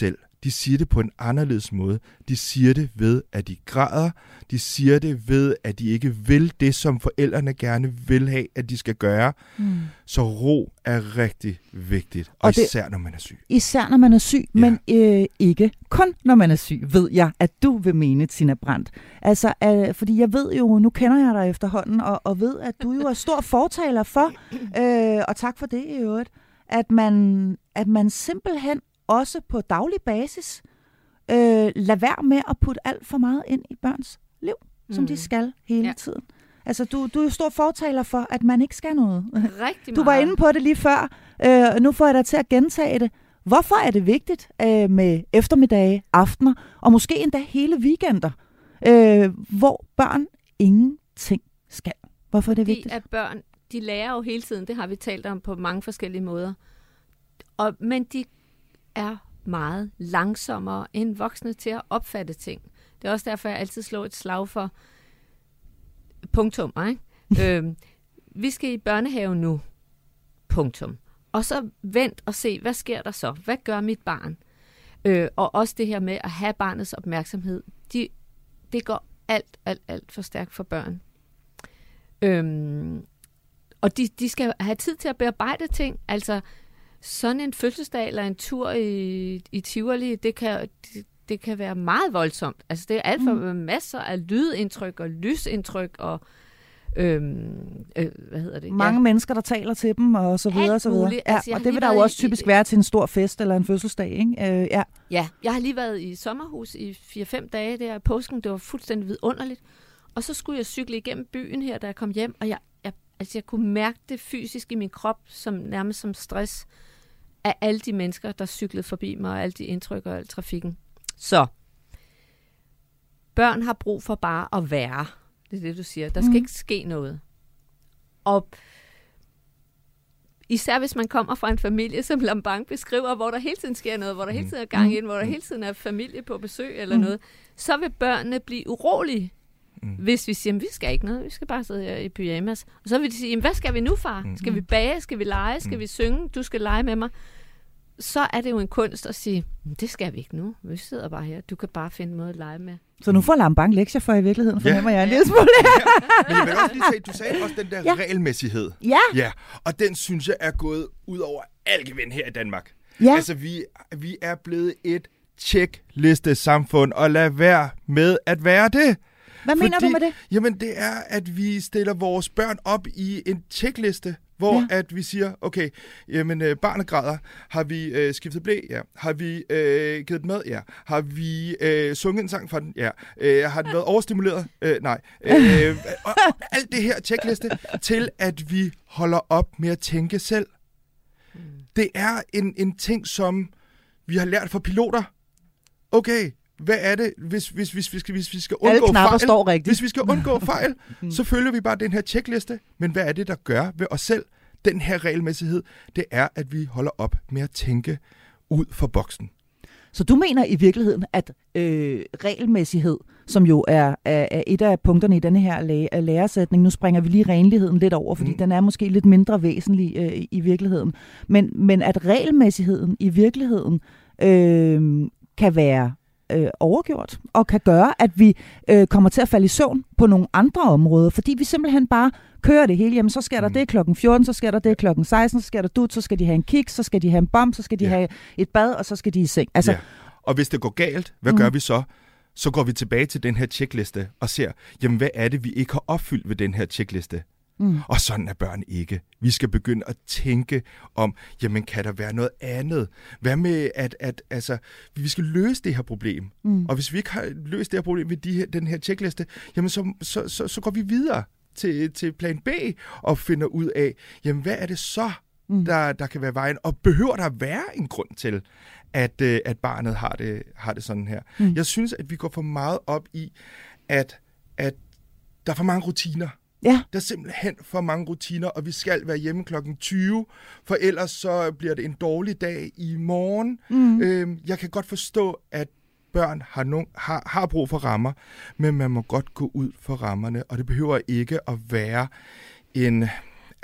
de siger det på en anderledes måde. De siger det ved, at de græder. De siger det ved, at de ikke vil det, som forældrene gerne vil have, at de skal gøre. Så ro er rigtig vigtigt, og især når man er syg. Især når man er syg, men ikke kun når man er syg, ved jeg, at du vil mene, Tina Brandt. Altså, fordi jeg ved jo, nu kender jeg dig efterhånden, og ved, at du jo er stor fortaler for, og tak for det i øvrigt, at man simpelthen også på daglig basis lader være med at putte alt for meget ind i børns liv, som de skal hele tiden. Altså, du er jo stor fortaler for, at man ikke skal noget. Rigtig du var inde på det lige før, og nu får jeg dig til at gentage det. Hvorfor er det vigtigt med eftermiddage, aftener, og måske endda hele weekender, hvor børn ingenting skal? Hvorfor er det vigtigt? At børn, de lærer jo hele tiden, det har vi talt om på mange forskellige måder. Men de er meget langsommere end voksne til at opfatte ting. Det er også derfor, jeg altid slår et slag for punktum. Ikke? Vi skal i børnehave nu. Punktum. Og så vent og se, hvad sker der så? Hvad gør mit barn? Og også det her med at have barnets opmærksomhed. Det går alt for stærkt for børn. Og de skal have tid til at bearbejde ting. Altså, sådan en fødselsdag eller en tur i Tivoli, det kan være meget voldsomt. Altså, det er alt for masser af lydindtryk og lysindtryk og hvad hedder det? Mange mennesker, der taler til dem og så videre og så videre. Altså, og det vil der jo også typisk være til en stor fest eller en fødselsdag, ikke? Ja, jeg har lige været i sommerhus i 4-5 dage der i påsken. Det var fuldstændig vidunderligt. Og så skulle jeg cykle igennem byen her, da jeg kom hjem, og jeg kunne mærke det fysisk i min krop, nærmest som stress af alle de mennesker, der cyklede forbi mig, og alle de indtryk og al trafikken. Så børn har brug for bare at være. Det er det, du siger. Der skal ikke ske noget. Og især hvis man kommer fra en familie, som Lambank beskriver, hvor der hele tiden sker noget, hvor der hele tiden er gang ind, hvor der hele tiden er familie på besøg eller noget, så vil børnene blive urolige. Hvis vi siger, vi skal ikke noget, vi skal bare sidde her i pyjamas. Og så vil de sige, hvad skal vi nu, far? Skal vi bage? Skal vi lege? Skal vi synge? Du skal lege med mig. Så er det jo en kunst at sige, det skal vi ikke nu. Vi sidder bare her. Du kan bare finde en måde at lege med. Så nu får Lambank lektier for i virkeligheden, fornemmer jeg en lille smule. Men jeg vil også lige sige, du sagde også den der regelmæssighed. Ja. Og den synes jeg er gået ud over al gevind her i Danmark. Ja. Altså, vi er blevet et tjekliste-samfund, og lad være med at være det. Hvad mener du med det? Jamen, det er, at vi stiller vores børn op i en tjekliste, hvor at vi siger, okay, jamen, barnet græder. Har vi skiftet blæ? Ja. Har vi givet mad? Ja. Har vi sunget en sang for den? Ja. Har den været overstimuleret? Nej. Og alt det her tjekliste til, at vi holder op med at tænke selv. Det er en ting, som vi har lært fra piloter. Okay, hvad er det, hvis vi skal undgå fejl? Hvis vi skal undgå fejl, så følger vi bare den her tjekliste. Men hvad er det, der gør ved os selv? Den her regelmæssighed, det er, at vi holder op med at tænke ud for boksen. Så du mener i virkeligheden, at regelmæssighed, som jo er et af punkterne i denne her læresætning, nu springer vi lige renligheden lidt over, fordi den er måske lidt mindre væsentlig i virkeligheden, men at regelmæssigheden i virkeligheden kan være overgjort, og kan gøre, at vi kommer til at falde i søvn på nogle andre områder, fordi vi simpelthen bare kører det hele. Jamen, så sker der det klokken 14, så sker der det klokken 16, så sker der dut, så skal de have en kiks, så skal de have en bom, så skal de have et bad, og så skal de i seng. Altså, og hvis det går galt, hvad gør vi så? Så går vi tilbage til den her tjekliste og ser, jamen, hvad er det, vi ikke har opfyldt ved den her tjekliste? Og sådan er børn ikke. Vi skal begynde at tænke om, jamen kan der være noget andet? Hvad med, at altså, vi skal løse det her problem. Og hvis vi ikke har løst det her problem ved den her tjekliste, jamen så går vi videre til plan B og finder ud af, jamen hvad er det så, der kan være vejen? Og behøver der være en grund til, at barnet har det sådan her? Jeg synes, at vi går for meget op i, at der er for mange rutiner. Ja. Der er simpelthen for mange rutiner, og vi skal være hjemme klokken 20, for ellers så bliver det en dårlig dag i morgen. Jeg kan godt forstå, at børn har brug for rammer, men man må godt gå ud for rammerne, og det behøver ikke at være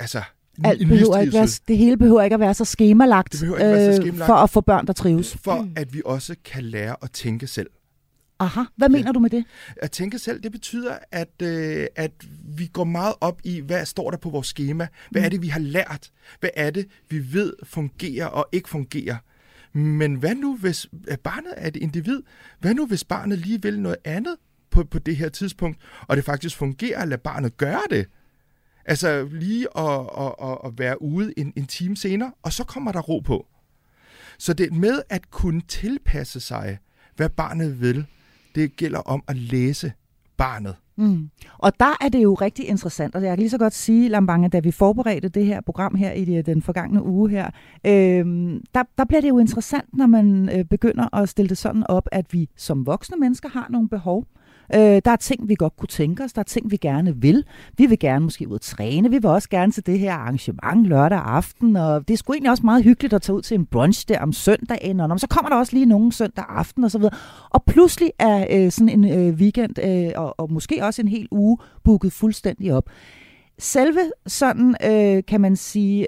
Det hele behøver ikke at være så skemalagt, for at få børn, der trives. For at vi også kan lære at tænke selv. Aha, hvad mener du med det? At tænke selv, det betyder, at vi går meget op i, hvad står der på vores skema? Hvad er det, vi har lært? Hvad er det, vi ved fungerer og ikke fungerer? Men hvad nu, hvis barnet er et individ? Hvad nu, hvis barnet lige vil noget andet på det her tidspunkt, og det faktisk fungerer at lade barnet gøre det? Altså lige at være ude en time senere, og så kommer der ro på. Så det med at kunne tilpasse sig, hvad barnet vil, det gælder om at læse barnet. Og der er det jo rigtig interessant, og jeg kan lige så godt sige, Lambange, da vi forberedte det her program her i den forgangne uge her, der bliver det jo interessant, når man begynder at stille det sådan op, at vi som voksne mennesker har nogle behov. Der er ting, vi godt kunne tænke os. Der er ting, vi gerne vil. Vi vil gerne måske ud at træne. Vi vil også gerne til det her arrangement lørdag aften. Og det er sgu egentlig også meget hyggeligt at tage ud til en brunch der om søndagen. Og så kommer der også lige nogen søndag aften og så videre. Og pludselig er sådan en weekend og måske også en hel uge booket fuldstændig op. Selve sådan, kan man sige,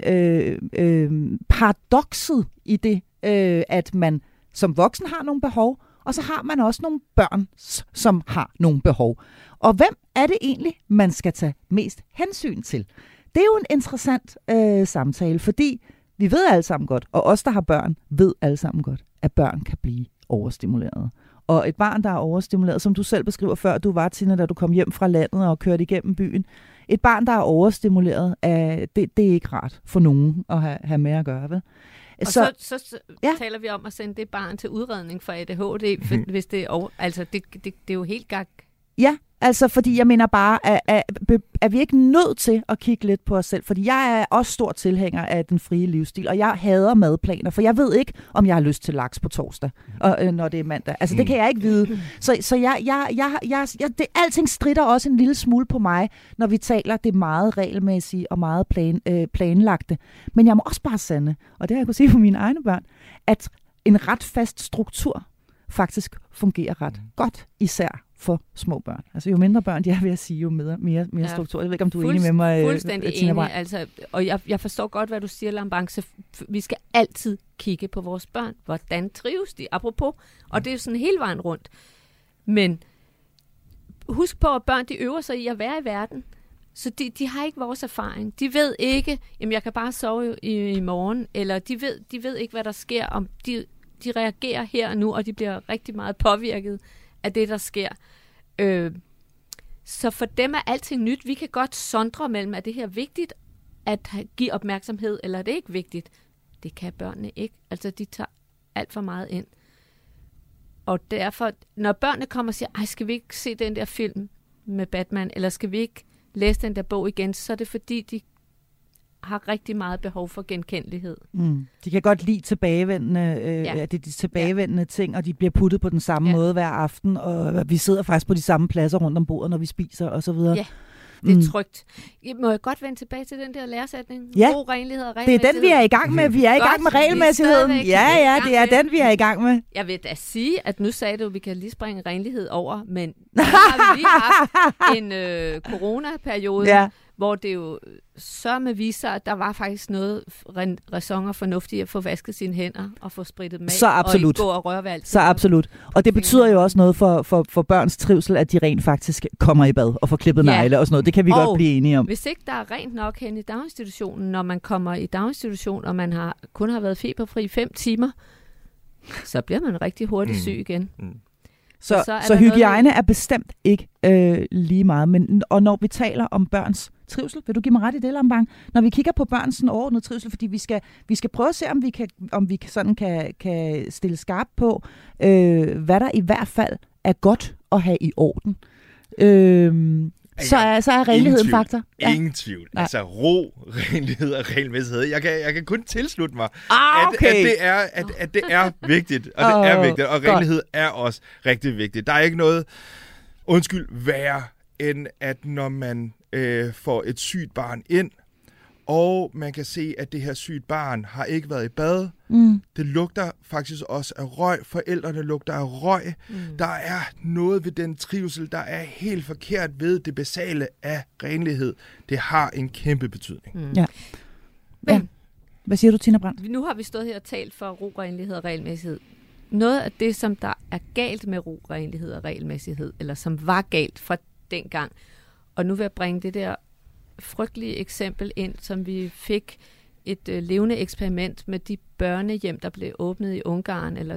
paradokset i det, at man som voksen har nogle behov, og så har man også nogle børn, som har nogle behov. Og hvem er det egentlig, man skal tage mest hensyn til? Det er jo en interessant samtale, fordi vi ved alle sammen godt, og os, der har børn, ved alle sammen godt, at børn kan blive overstimuleret. Og et barn, der er overstimuleret, som du selv beskriver før, du var, Tina, da du kom hjem fra landet og kørte igennem byen. Et barn, der er overstimuleret, det er ikke rart for nogen at have med at gøre, vel? Og så taler vi om at sende det barn til udredning for ADHD, for hvis det er det er jo helt gak. Ja, altså fordi jeg mener bare, er vi ikke nødt til at kigge lidt på os selv? Fordi jeg er også stor tilhænger af den frie livsstil, og jeg hader madplaner, for jeg ved ikke, om jeg har lyst til laks på torsdag, når det er mandag. Altså det kan jeg ikke vide. Så alting stritter også en lille smule på mig, når vi taler det meget regelmæssige og meget planlagte. Men jeg må også bare sande, og det har jeg kunnet sige for mine egne børn, at en ret fast struktur faktisk fungerer ret godt, især for små børn. Altså jo mindre børn de er, vil jeg sige, jo mere struktur. Jeg ved ikke, om du er enig med mig, fuldstændig Tina enig. Altså, og jeg forstår godt, hvad du siger, Lambange. Vi skal altid kigge på vores børn. Hvordan trives de? Apropos. Og det er jo sådan hele vejen rundt. Men husk på, at børn de øver sig i at være i verden. Så de har ikke vores erfaring. De ved ikke, jamen jeg kan bare sove i morgen. Eller de ved ikke, hvad der sker. Om de reagerer her og nu, og de bliver rigtig meget påvirket af det, der sker. Så for dem er alting nyt. Vi kan godt sondre mellem, er det her vigtigt at give opmærksomhed, eller er det ikke vigtigt? Det kan børnene ikke. Altså, de tager alt for meget ind. Og derfor, når børnene kommer og siger, ej, skal vi ikke se den der film med Batman, eller skal vi ikke læse den der bog igen, så er det fordi, de har rigtig meget behov for genkendelighed. De kan godt lide tilbagevendende, de tilbagevendende ting, og de bliver puttet på den samme måde hver aften, og vi sidder faktisk på de samme pladser rundt om bordet, når vi spiser, og så videre. Ja, det er trygt. Må jeg godt vende tilbage til den der læresætning? Ja, god renlighed og det er den, vi er i gang med. Vi er i gang med regelmæssigheden. Ja, det er den, vi er i gang med. Jeg vil da sige, at nu sagde du, at vi kan lige springe renlighed over, men nu har vi lige haft en coronaperiode, hvor det jo så med viser, at der var faktisk noget ræson og fornuftigt at få vasket sine hænder og få sprittet dem af. Så absolut. Og gå og røre ved alt. Så absolut. Og det betyder jo også noget for børns trivsel, at de rent faktisk kommer i bad og får klippet negle og sådan noget. Det kan vi godt blive enige om. Hvis ikke der er rent nok hen i daginstitutionen, når man kommer i daginstitution, og man kun har været feberfri 5 timer, så bliver man rigtig hurtigt syg igen. Så hygiejne er bestemt ikke lige meget. Og når vi taler om børns trivsel, vil du give mig ret i det, Lambange? Når vi kigger på børns overordnede trivsel, fordi vi skal prøve at se, om vi sådan kan stille skarpt på, hvad der i hvert fald er godt at have i orden. Så er renlighed en faktor. Ingen tvivl. Ja. Altså ro, renlighed og regelmæssighed. Jeg kan kun tilslutte mig, at det er vigtigt. Og det er vigtigt. Og renlighed er også rigtig vigtigt. Der er ikke noget værre, end at når man får et sygt barn ind, og man kan se, at det her sygt barn har ikke været i bad. Det lugter faktisk også af røg. Forældrene lugter af røg. Der er noget ved den trivsel, der er helt forkert ved det basale af renlighed. Det har en kæmpe betydning. Ja. Ja. Hvad siger du, Tina Brandt? Nu har vi stået her og talt for ro, renlighed og regelmæssighed. Noget af det, som der er galt med ro, renlighed og regelmæssighed, eller som var galt fra dengang, og nu vil jeg bringe det der frygtelige eksempel ind, som vi fik et levende eksperiment med de børnehjem, der blev åbnet i Ungarn, eller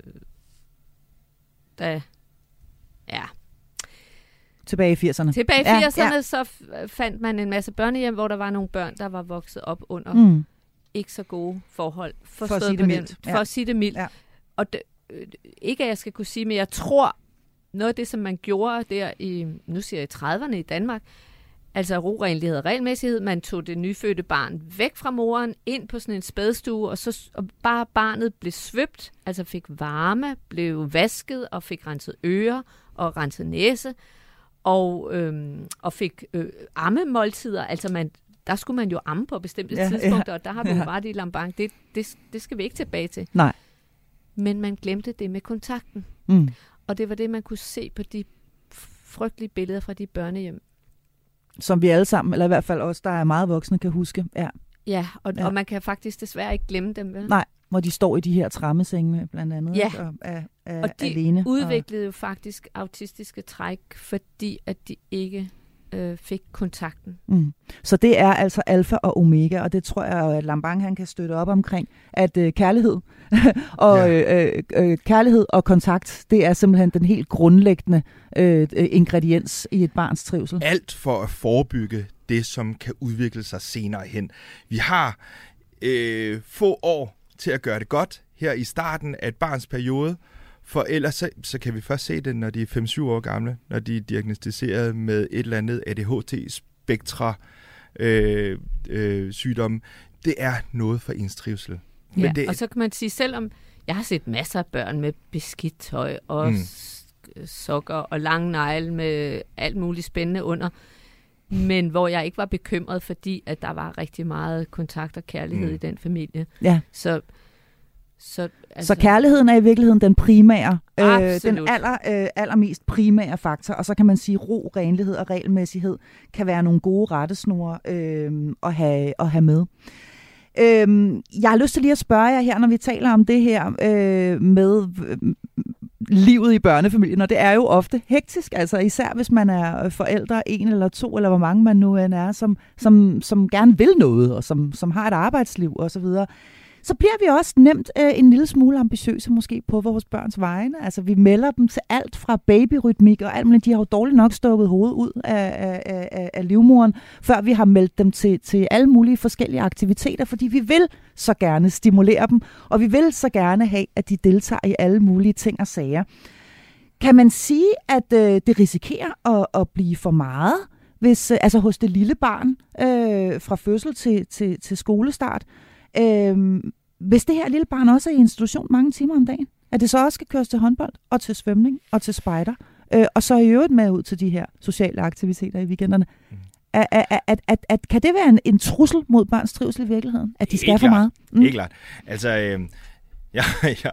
Tilbage i 80'erne. Tilbage i 80'erne, så fandt man en masse børnehjem, hvor der var nogle børn, der var vokset op under ikke så gode forhold. For at sige det mildt. For at sige det mildt. Ja. Og ikke at jeg skal kunne sige, men jeg tror, noget af det, som man gjorde der i, nu siger jeg 30'erne i Danmark, altså ro, renlighed og regelmæssighed, man tog det nyfødte barn væk fra moren, ind på sådan en spædstue, og bare barnet blev svøbt, altså fik varme, blev vasket og fik renset ører og renset næse, og fik ammemåltider. Altså der skulle man jo amme på bestemte tidspunkter, og der har du jo ret i Lambang. Det skal vi ikke tilbage til. Nej. Men man glemte det med kontakten. Og det var det, man kunne se på de frygtelige billeder fra de børnehjem. Som vi alle sammen, eller i hvert fald os, der er meget voksne, kan huske. Ja, og man kan faktisk desværre ikke glemme dem, vel? Nej, hvor de står i de her trammesenge blandt andet. Ja, og de alene, udviklede jo faktisk autistiske træk, fordi at de ikke fik kontakten. Så det er altså alfa og omega, og det tror jeg, at Lambang han kan støtte op omkring, at kærlighed kærlighed og kontakt, det er simpelthen den helt grundlæggende ingrediens i et barns trivsel. Alt for at forebygge det, som kan udvikle sig senere hen. Vi har få år til at gøre det godt her i starten af et barns periode, for ellers så kan vi først se det, når de er 5-7 år gamle, når de er diagnosticeret med et eller andet ADHD-spektra sygdomme. Det er noget for ens trivsel. Ja, og så kan man sige, selvom jeg har set masser af børn med beskidt tøj og sokker og lange negle med alt muligt spændende under, men hvor jeg ikke var bekymret, fordi at der var rigtig meget kontakt og kærlighed i den familie. Ja. Så kærligheden er i virkeligheden den primære, den allermest primære faktor, og så kan man sige, ro, renlighed og regelmæssighed kan være nogle gode rettesnore at have med. Jeg har lyst til lige at spørge jer her, når vi taler om det her med livet i børnefamilien, og det er jo ofte hektisk, altså især hvis man er forældre, 1 eller 2, eller hvor mange man nu end er, som gerne vil noget, og som har et arbejdsliv osv., så bliver vi også nemt en lille smule ambitiøse måske på vores børns vegne. Altså vi melder dem til alt fra babyrytmik og alt muligt. De har jo dårligt nok stukket hovedet ud af livmoderen, før vi har meldt dem til alle mulige forskellige aktiviteter, fordi vi vil så gerne stimulere dem, og vi vil så gerne have, at de deltager i alle mulige ting og sager. Kan man sige, at det risikerer at blive for meget, hvis, altså hos det lille barn fra fødsel til skolestart, hvis det her lille barn også er i institution mange timer om dagen, at det så også skal køres til håndbold og til svømning og til spejder, og så i øvrigt med ud til de her sociale aktiviteter i weekenderne. Kan det være en trussel mod børns trivsel i virkeligheden? At de skal for meget? Helt klart. Altså, jeg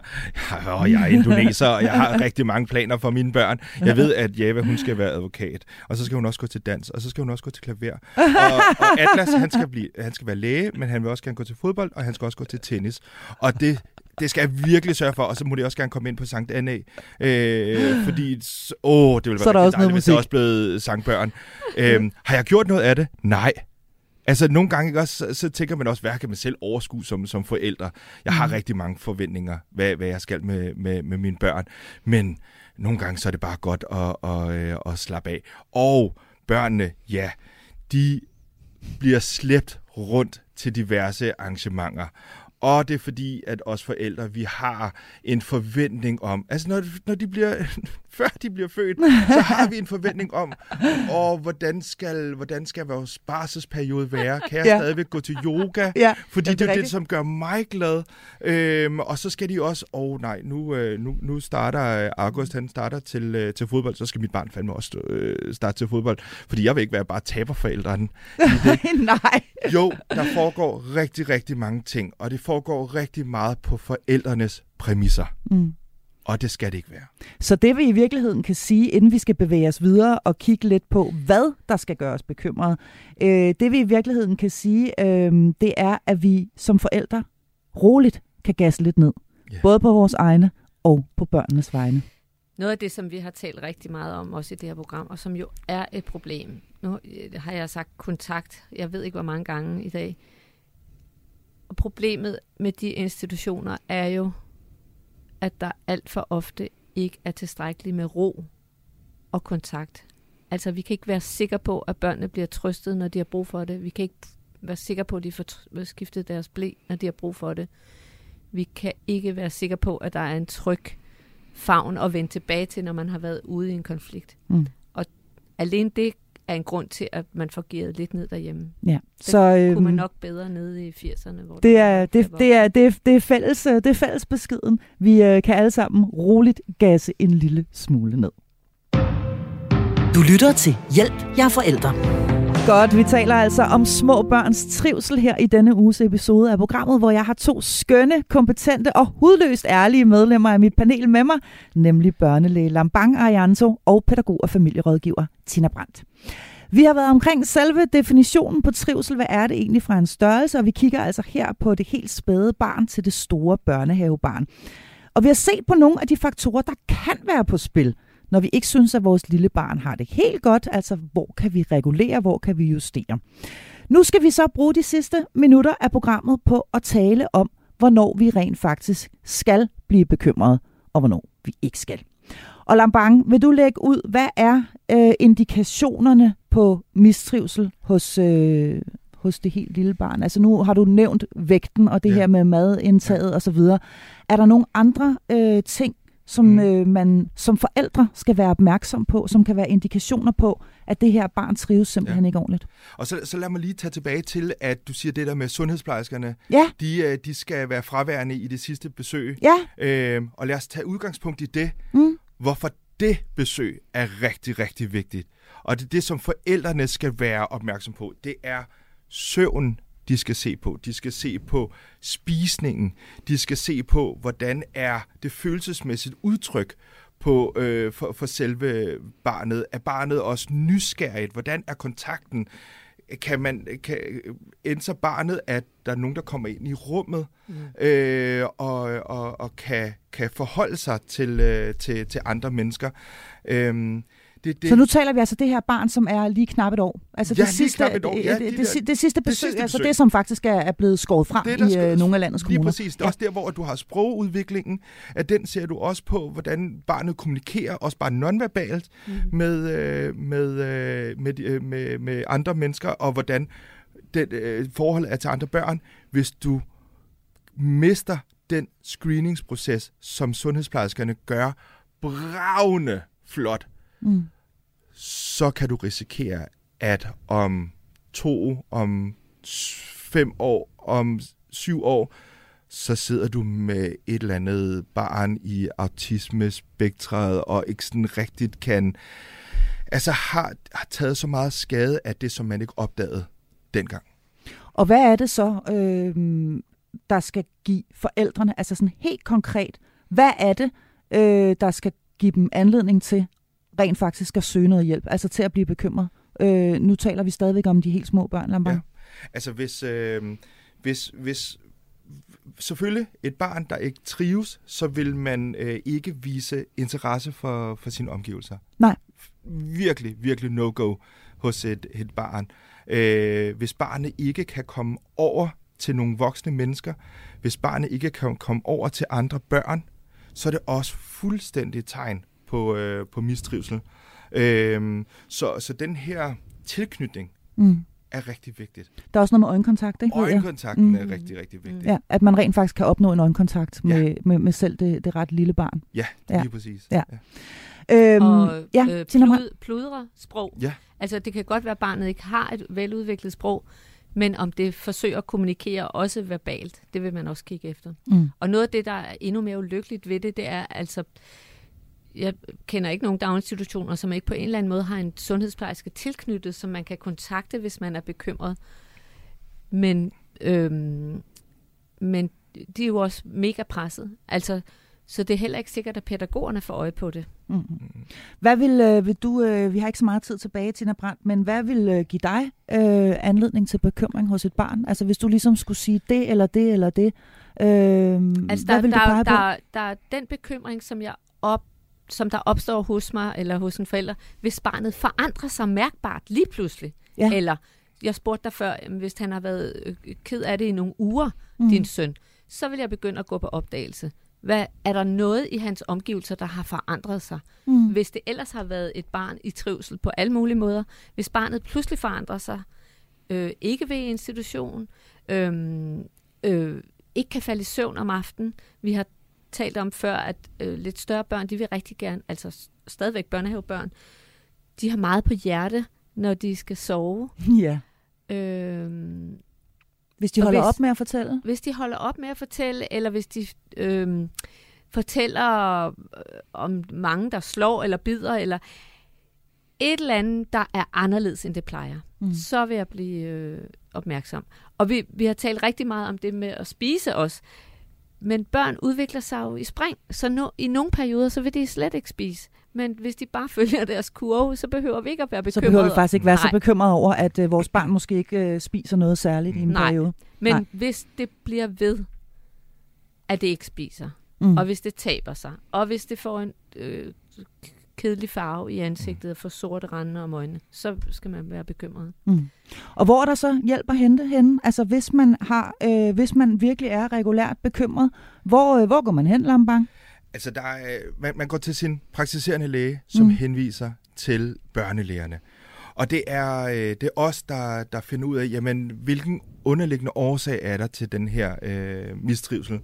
er indoneser, og jeg har rigtig mange planer for mine børn. Jeg ved, at Java, hun skal være advokat, og så skal hun også gå til dans, og så skal hun også gå til klaver. Og Atlas, han skal være læge, men han vil også gerne gå til fodbold, og han skal også gå til tennis. Og det skal jeg virkelig sørge for, og så må de også gerne komme ind på Sankt Anna, fordi det vil være rigtig dejligt, hvis det er også blevet sangbørn. Har jeg gjort noget af det? Nej. Altså nogle gange ikke også, så tænker man også, hvad kan man selv overskue som forældre. Jeg har rigtig mange forventninger, hvad jeg skal med mine børn. Men nogle gange så er det bare godt at slappe af. Og børnene, ja, de bliver slæbt rundt til diverse arrangementer. Og det er fordi, at os forældre, vi har en forventning om, altså når de bliver, før de bliver født, så har vi en forventning om, hvordan skal vores barselsperiode være? Kan jeg stadigvæk gå til yoga? Ja, fordi det er det, som gør mig glad. Og så skal de også, nu starter August, han starter til fodbold, så skal mit barn fandme også starte til fodbold, fordi jeg vil ikke være bare taberforældren. Nej. Jo, der foregår rigtig, rigtig mange ting, og det foregår rigtig meget på forældrenes præmisser. Og det skal det ikke være. Så det vi i virkeligheden kan sige, inden vi skal bevæge os videre og kigge lidt på, hvad der skal gøre os bekymrede, det vi i virkeligheden kan sige, det er, at vi som forældre roligt kan gasse lidt ned. Yeah. Både på vores egne og på børnenes vegne. Noget af det, som vi har talt rigtig meget om, også i det her program, og som jo er et problem. Nu har jeg sagt kontakt, jeg ved ikke hvor mange gange i dag. Og problemet med de institutioner er jo, at der alt for ofte ikke er tilstrækkeligt med ro og kontakt. Altså, vi kan ikke være sikre på, at børnene bliver trøstet, når de har brug for det. Vi kan ikke være sikre på, at de får skiftet deres ble, når de har brug for det. Vi kan ikke være sikre på, at der er en tryg favn at vende tilbage til, når man har været ude i en konflikt. Mm. Og alene det er en grund til, at man får gearet lidt ned derhjemme. Ja. Så kunne man nok bedre nede i 80'erne. Hvor det er fælles beskeden. Vi kan alle sammen roligt gasse en lille smule ned. Du lytter til Hjælp, jeg er forælder. Godt, vi taler altså om små børns trivsel her i denne uges episode af programmet, hvor jeg har 2 skønne, kompetente og hudløst ærlige medlemmer af mit panel med mig, nemlig børnelæge Lambang Arianto og pædagog og familierådgiver Tina Brandt. Vi har været omkring selve definitionen på trivsel. Hvad er det egentlig fra en størrelse? Og vi kigger altså her på det helt spæde barn til det store børnehavebarn. Og vi har set på nogle af de faktorer, der kan være på spil, når vi ikke synes, at vores lille barn har det helt godt. Altså, hvor kan vi regulere, hvor kan vi justere? Nu skal vi så bruge de sidste minutter af programmet på at tale om, hvornår vi rent faktisk skal blive bekymrede, og hvornår vi ikke skal. Og Lambang, vil du lægge ud, hvad er indikationerne på mistrivsel hos det helt lille barn? Altså nu har du nævnt vægten og det her med madindtaget og så videre. Er der nogle andre ting, som man som forældre skal være opmærksom på, som kan være indikationer på, at det her barn trives simpelthen ikke ordentligt? Og så lad mig lige tage tilbage til, at du siger det der med sundhedsplejerskerne. Ja. De skal være fraværende i det sidste besøg. Ja. Og lad os tage udgangspunkt i det. Hvorfor det besøg er rigtig, rigtig vigtigt. Og det er det, som forældrene skal være opmærksom på. Det er søvn, de skal se på. De skal se på spisningen. De skal se på, hvordan er det følelsesmæssigt udtryk på, for selve barnet. Er barnet også nysgerrigt? Hvordan er kontakten? Kan ændre barnet, at der er nogen, der kommer ind i rummet og kan forholde sig til andre mennesker? Så nu taler vi altså det her barn, som er lige knap et år. Altså det sidste besøg, altså det, som faktisk er blevet skåret frem i nogle af landets kommuner. Lige præcis. Det er også der, hvor du har sprogudviklingen, at den ser du også på, hvordan barnet kommunikerer, også bare nonverbalt med andre mennesker, og hvordan forholdet er til andre børn. Hvis du mister den screeningsproces, som sundhedsplejerskerne gør, bravende flot, så kan du risikere, at om 2, om 5 år, om 7 år, så sidder du med et eller andet barn i autismespektret, og ikke sådan rigtigt kan, altså har taget så meget skade af det, som man ikke opdagede dengang. Og hvad er det så, der skal give forældrene, altså sådan helt konkret, hvad er det, der skal give dem anledning til rent faktisk at søge noget hjælp, altså til at blive bekymret? Nu taler vi stadigvæk om de helt små børn, Lambang. Ja. Altså hvis selvfølgelig et barn, der ikke trives, så vil man ikke vise interesse for sine omgivelser. Nej. Virkelig, virkelig no-go hos et barn. Hvis barnet ikke kan komme over til nogle voksne mennesker, hvis barnet ikke kan komme over til andre børn, så er det også fuldstændig tegn på mistrivsel. Så den her tilknytning er rigtig vigtigt. Der er også noget med øjenkontakt, ikke? Øjenkontakten er rigtig, rigtig vigtig. Ja, at man rent faktisk kan opnå en øjenkontakt med selv det ret lille barn. Ja, lige præcis. Ja. Pludre sprog. Ja. Altså, det kan godt være, at barnet ikke har et veludviklet sprog, men om det forsøger at kommunikere også verbalt, det vil man også kigge efter. Og noget af det, der er endnu mere ulykkeligt ved det, det er altså, jeg kender ikke nogen daginstitutioner, som ikke på en eller anden måde har en sundhedsplejerske tilknyttet, som man kan kontakte, hvis man er bekymret. Men de er jo også mega presset. Altså, Så det er heller ikke sikkert, at pædagogerne får øje på det. Mm-hmm. Hvad vil du, vi har ikke så meget tid tilbage, Tina Brandt, men hvad vil give dig anledning til bekymring hos et barn? Altså hvis du ligesom skulle sige det eller det eller det, hvad vil du pege på? Der er den bekymring, som der opstår hos mig eller hos en forælder, hvis barnet forandrer sig mærkbart lige pludselig. Ja. Eller, jeg spurgte dig før, hvis han har været ked af det i nogle uger, din søn, så vil jeg begynde at gå på opdagelse. Er der noget i hans omgivelser, der har forandret sig? Hvis det ellers har været et barn i trivsel på alle mulige måder, hvis barnet pludselig forandrer sig, ikke ved institution, ikke kan falde i søvn om aftenen. Vi har talt om før, at lidt større børn, de vil rigtig gerne, altså stadigvæk børnehavebørn, de har meget på hjerte, når de skal sove. Ja. Hvis de holder op med at fortælle? Hvis de holder op med at fortælle, eller hvis de fortæller om mange, der slår eller bider, eller et eller andet, der er anderledes, end det plejer, så vil jeg blive opmærksom. Og vi har talt rigtig meget om det med at spise også. Men børn udvikler sig jo i spring, så i nogle perioder, så vil de slet ikke spise. Men hvis de bare følger deres kurve, så behøver vi ikke at være bekymrede. Så behøver vi faktisk ikke være så bekymrede over, at vores barn måske ikke spiser noget særligt i en periode. Men hvis det bliver ved, at det ikke spiser, og hvis det taber sig, og hvis det får en kedelig farve i ansigtet og får sorte rande om øjnene, så skal man være bekymret. Og hvor er der så hjælp at hente henne? Altså hvis man virkelig er regulært bekymret, hvor går man hen, Lambang? Altså man går til sin praktiserende læge, som henviser til børnelægerne. Og det er os, der finder ud af, jamen, hvilken underliggende årsag er der til den her mistrivsel.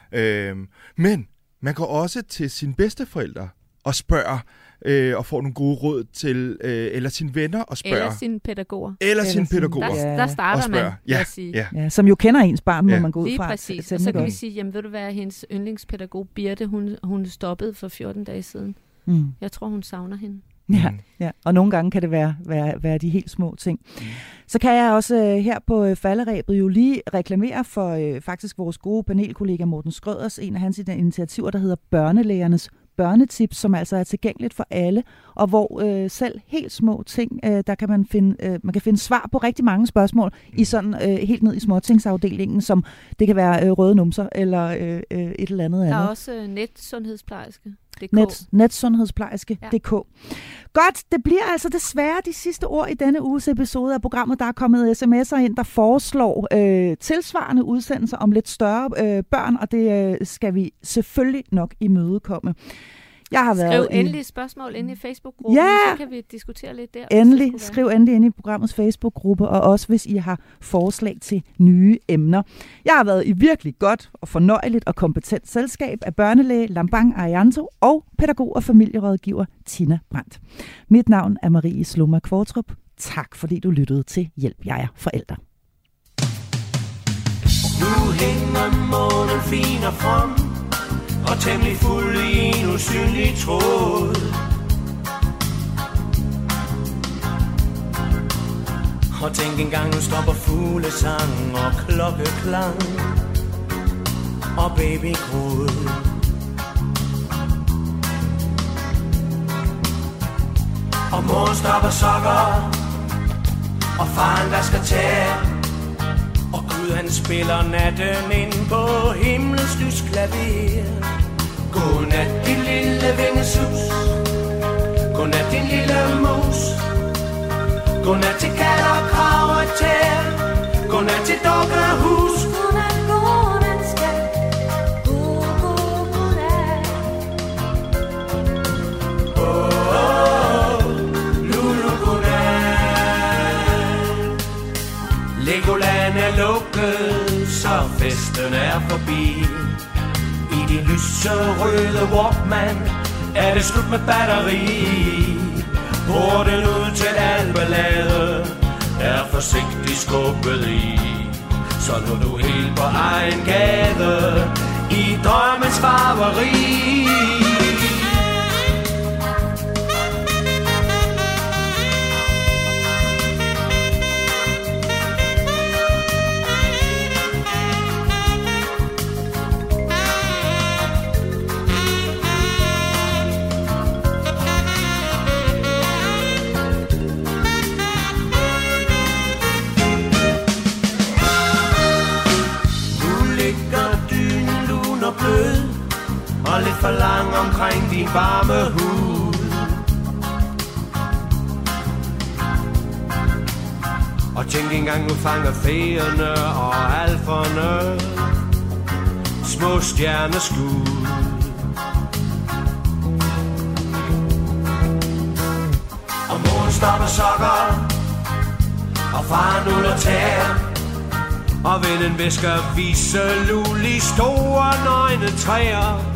Men man går også til sine bedsteforældre og spørger, og får nogle gode råd til, eller sine venner og spørger. Eller sine pædagoger. Der starter man, vil jeg sige. Ja, som jo kender ens barn, må man gå ud fra. Lige præcis. Og så kan vi sige, jamen ved du hvad, hendes yndlingspædagog Birte, hun stoppede for 14 dage siden. Jeg tror, hun savner hende. Ja, og nogle gange kan det være de helt små ting. Så kan jeg også her på falderebet jo lige reklamere for faktisk vores gode panelkollega Morten Skrøders, en af hans initiativer, der hedder Børnelægernes børnetips, som altså er tilgængeligt for alle, og hvor selv helt små ting, der kan man finde svar på rigtig mange spørgsmål i sådan helt ned i småtingsafdelingen, som det kan være røde numser eller et eller andet. Der er også netsundhedsplejerske.dk. Netsundhedsplejerske.dk. Godt, det bliver altså desværre de sidste ord i denne uges episode af programmet. Der er kommet sms'er ind, der foreslår tilsvarende udsendelser om lidt større børn, og det skal vi selvfølgelig nok imødekomme. Skriv endelig spørgsmål inde i Facebook-gruppen, så kan vi diskutere lidt der. Endelig, skriv endelig inde i programmets Facebook-gruppe, og også hvis I har forslag til nye emner. Jeg har været i virkelig godt og fornøjeligt og kompetent selskab af børnelæge Lambang Arianto og pædagog og familierådgiver Tina Brandt. Mit navn er Marie Sloma Kvartrup. Tak fordi du lyttede til Hjælp jer forældre. Nu hænger månen fin og from og temmelig fuld i en usynlig tråd. Og tænk engang, nu stopper fuglesang og klokkeklang og babygråd. Og mor stopper sokker og faren vasker tæer, og Gud han spiller natten ind på himlens lysklaver. Godnat din lille vingesus, godnat din lille mus, godnat til kat og krav og tær, godnat til dukkehus. Godnat, godnat skat, godnat. Lulu godnat. Legoland er lukket, så festen er forbi. I de lyserøde Walkman er det slut med batteri. Porten ud til al ballade er forsigtigt skubbet i. Så nu er du helt på egen gade i drømmens farveri. omkring din varme hud. Og tænk engang, nu fanger feerne og alferne små stjerneskud. Og moren stopper sokker, og faren ud og tær, og vennen visker vise lul i store nøgne træer.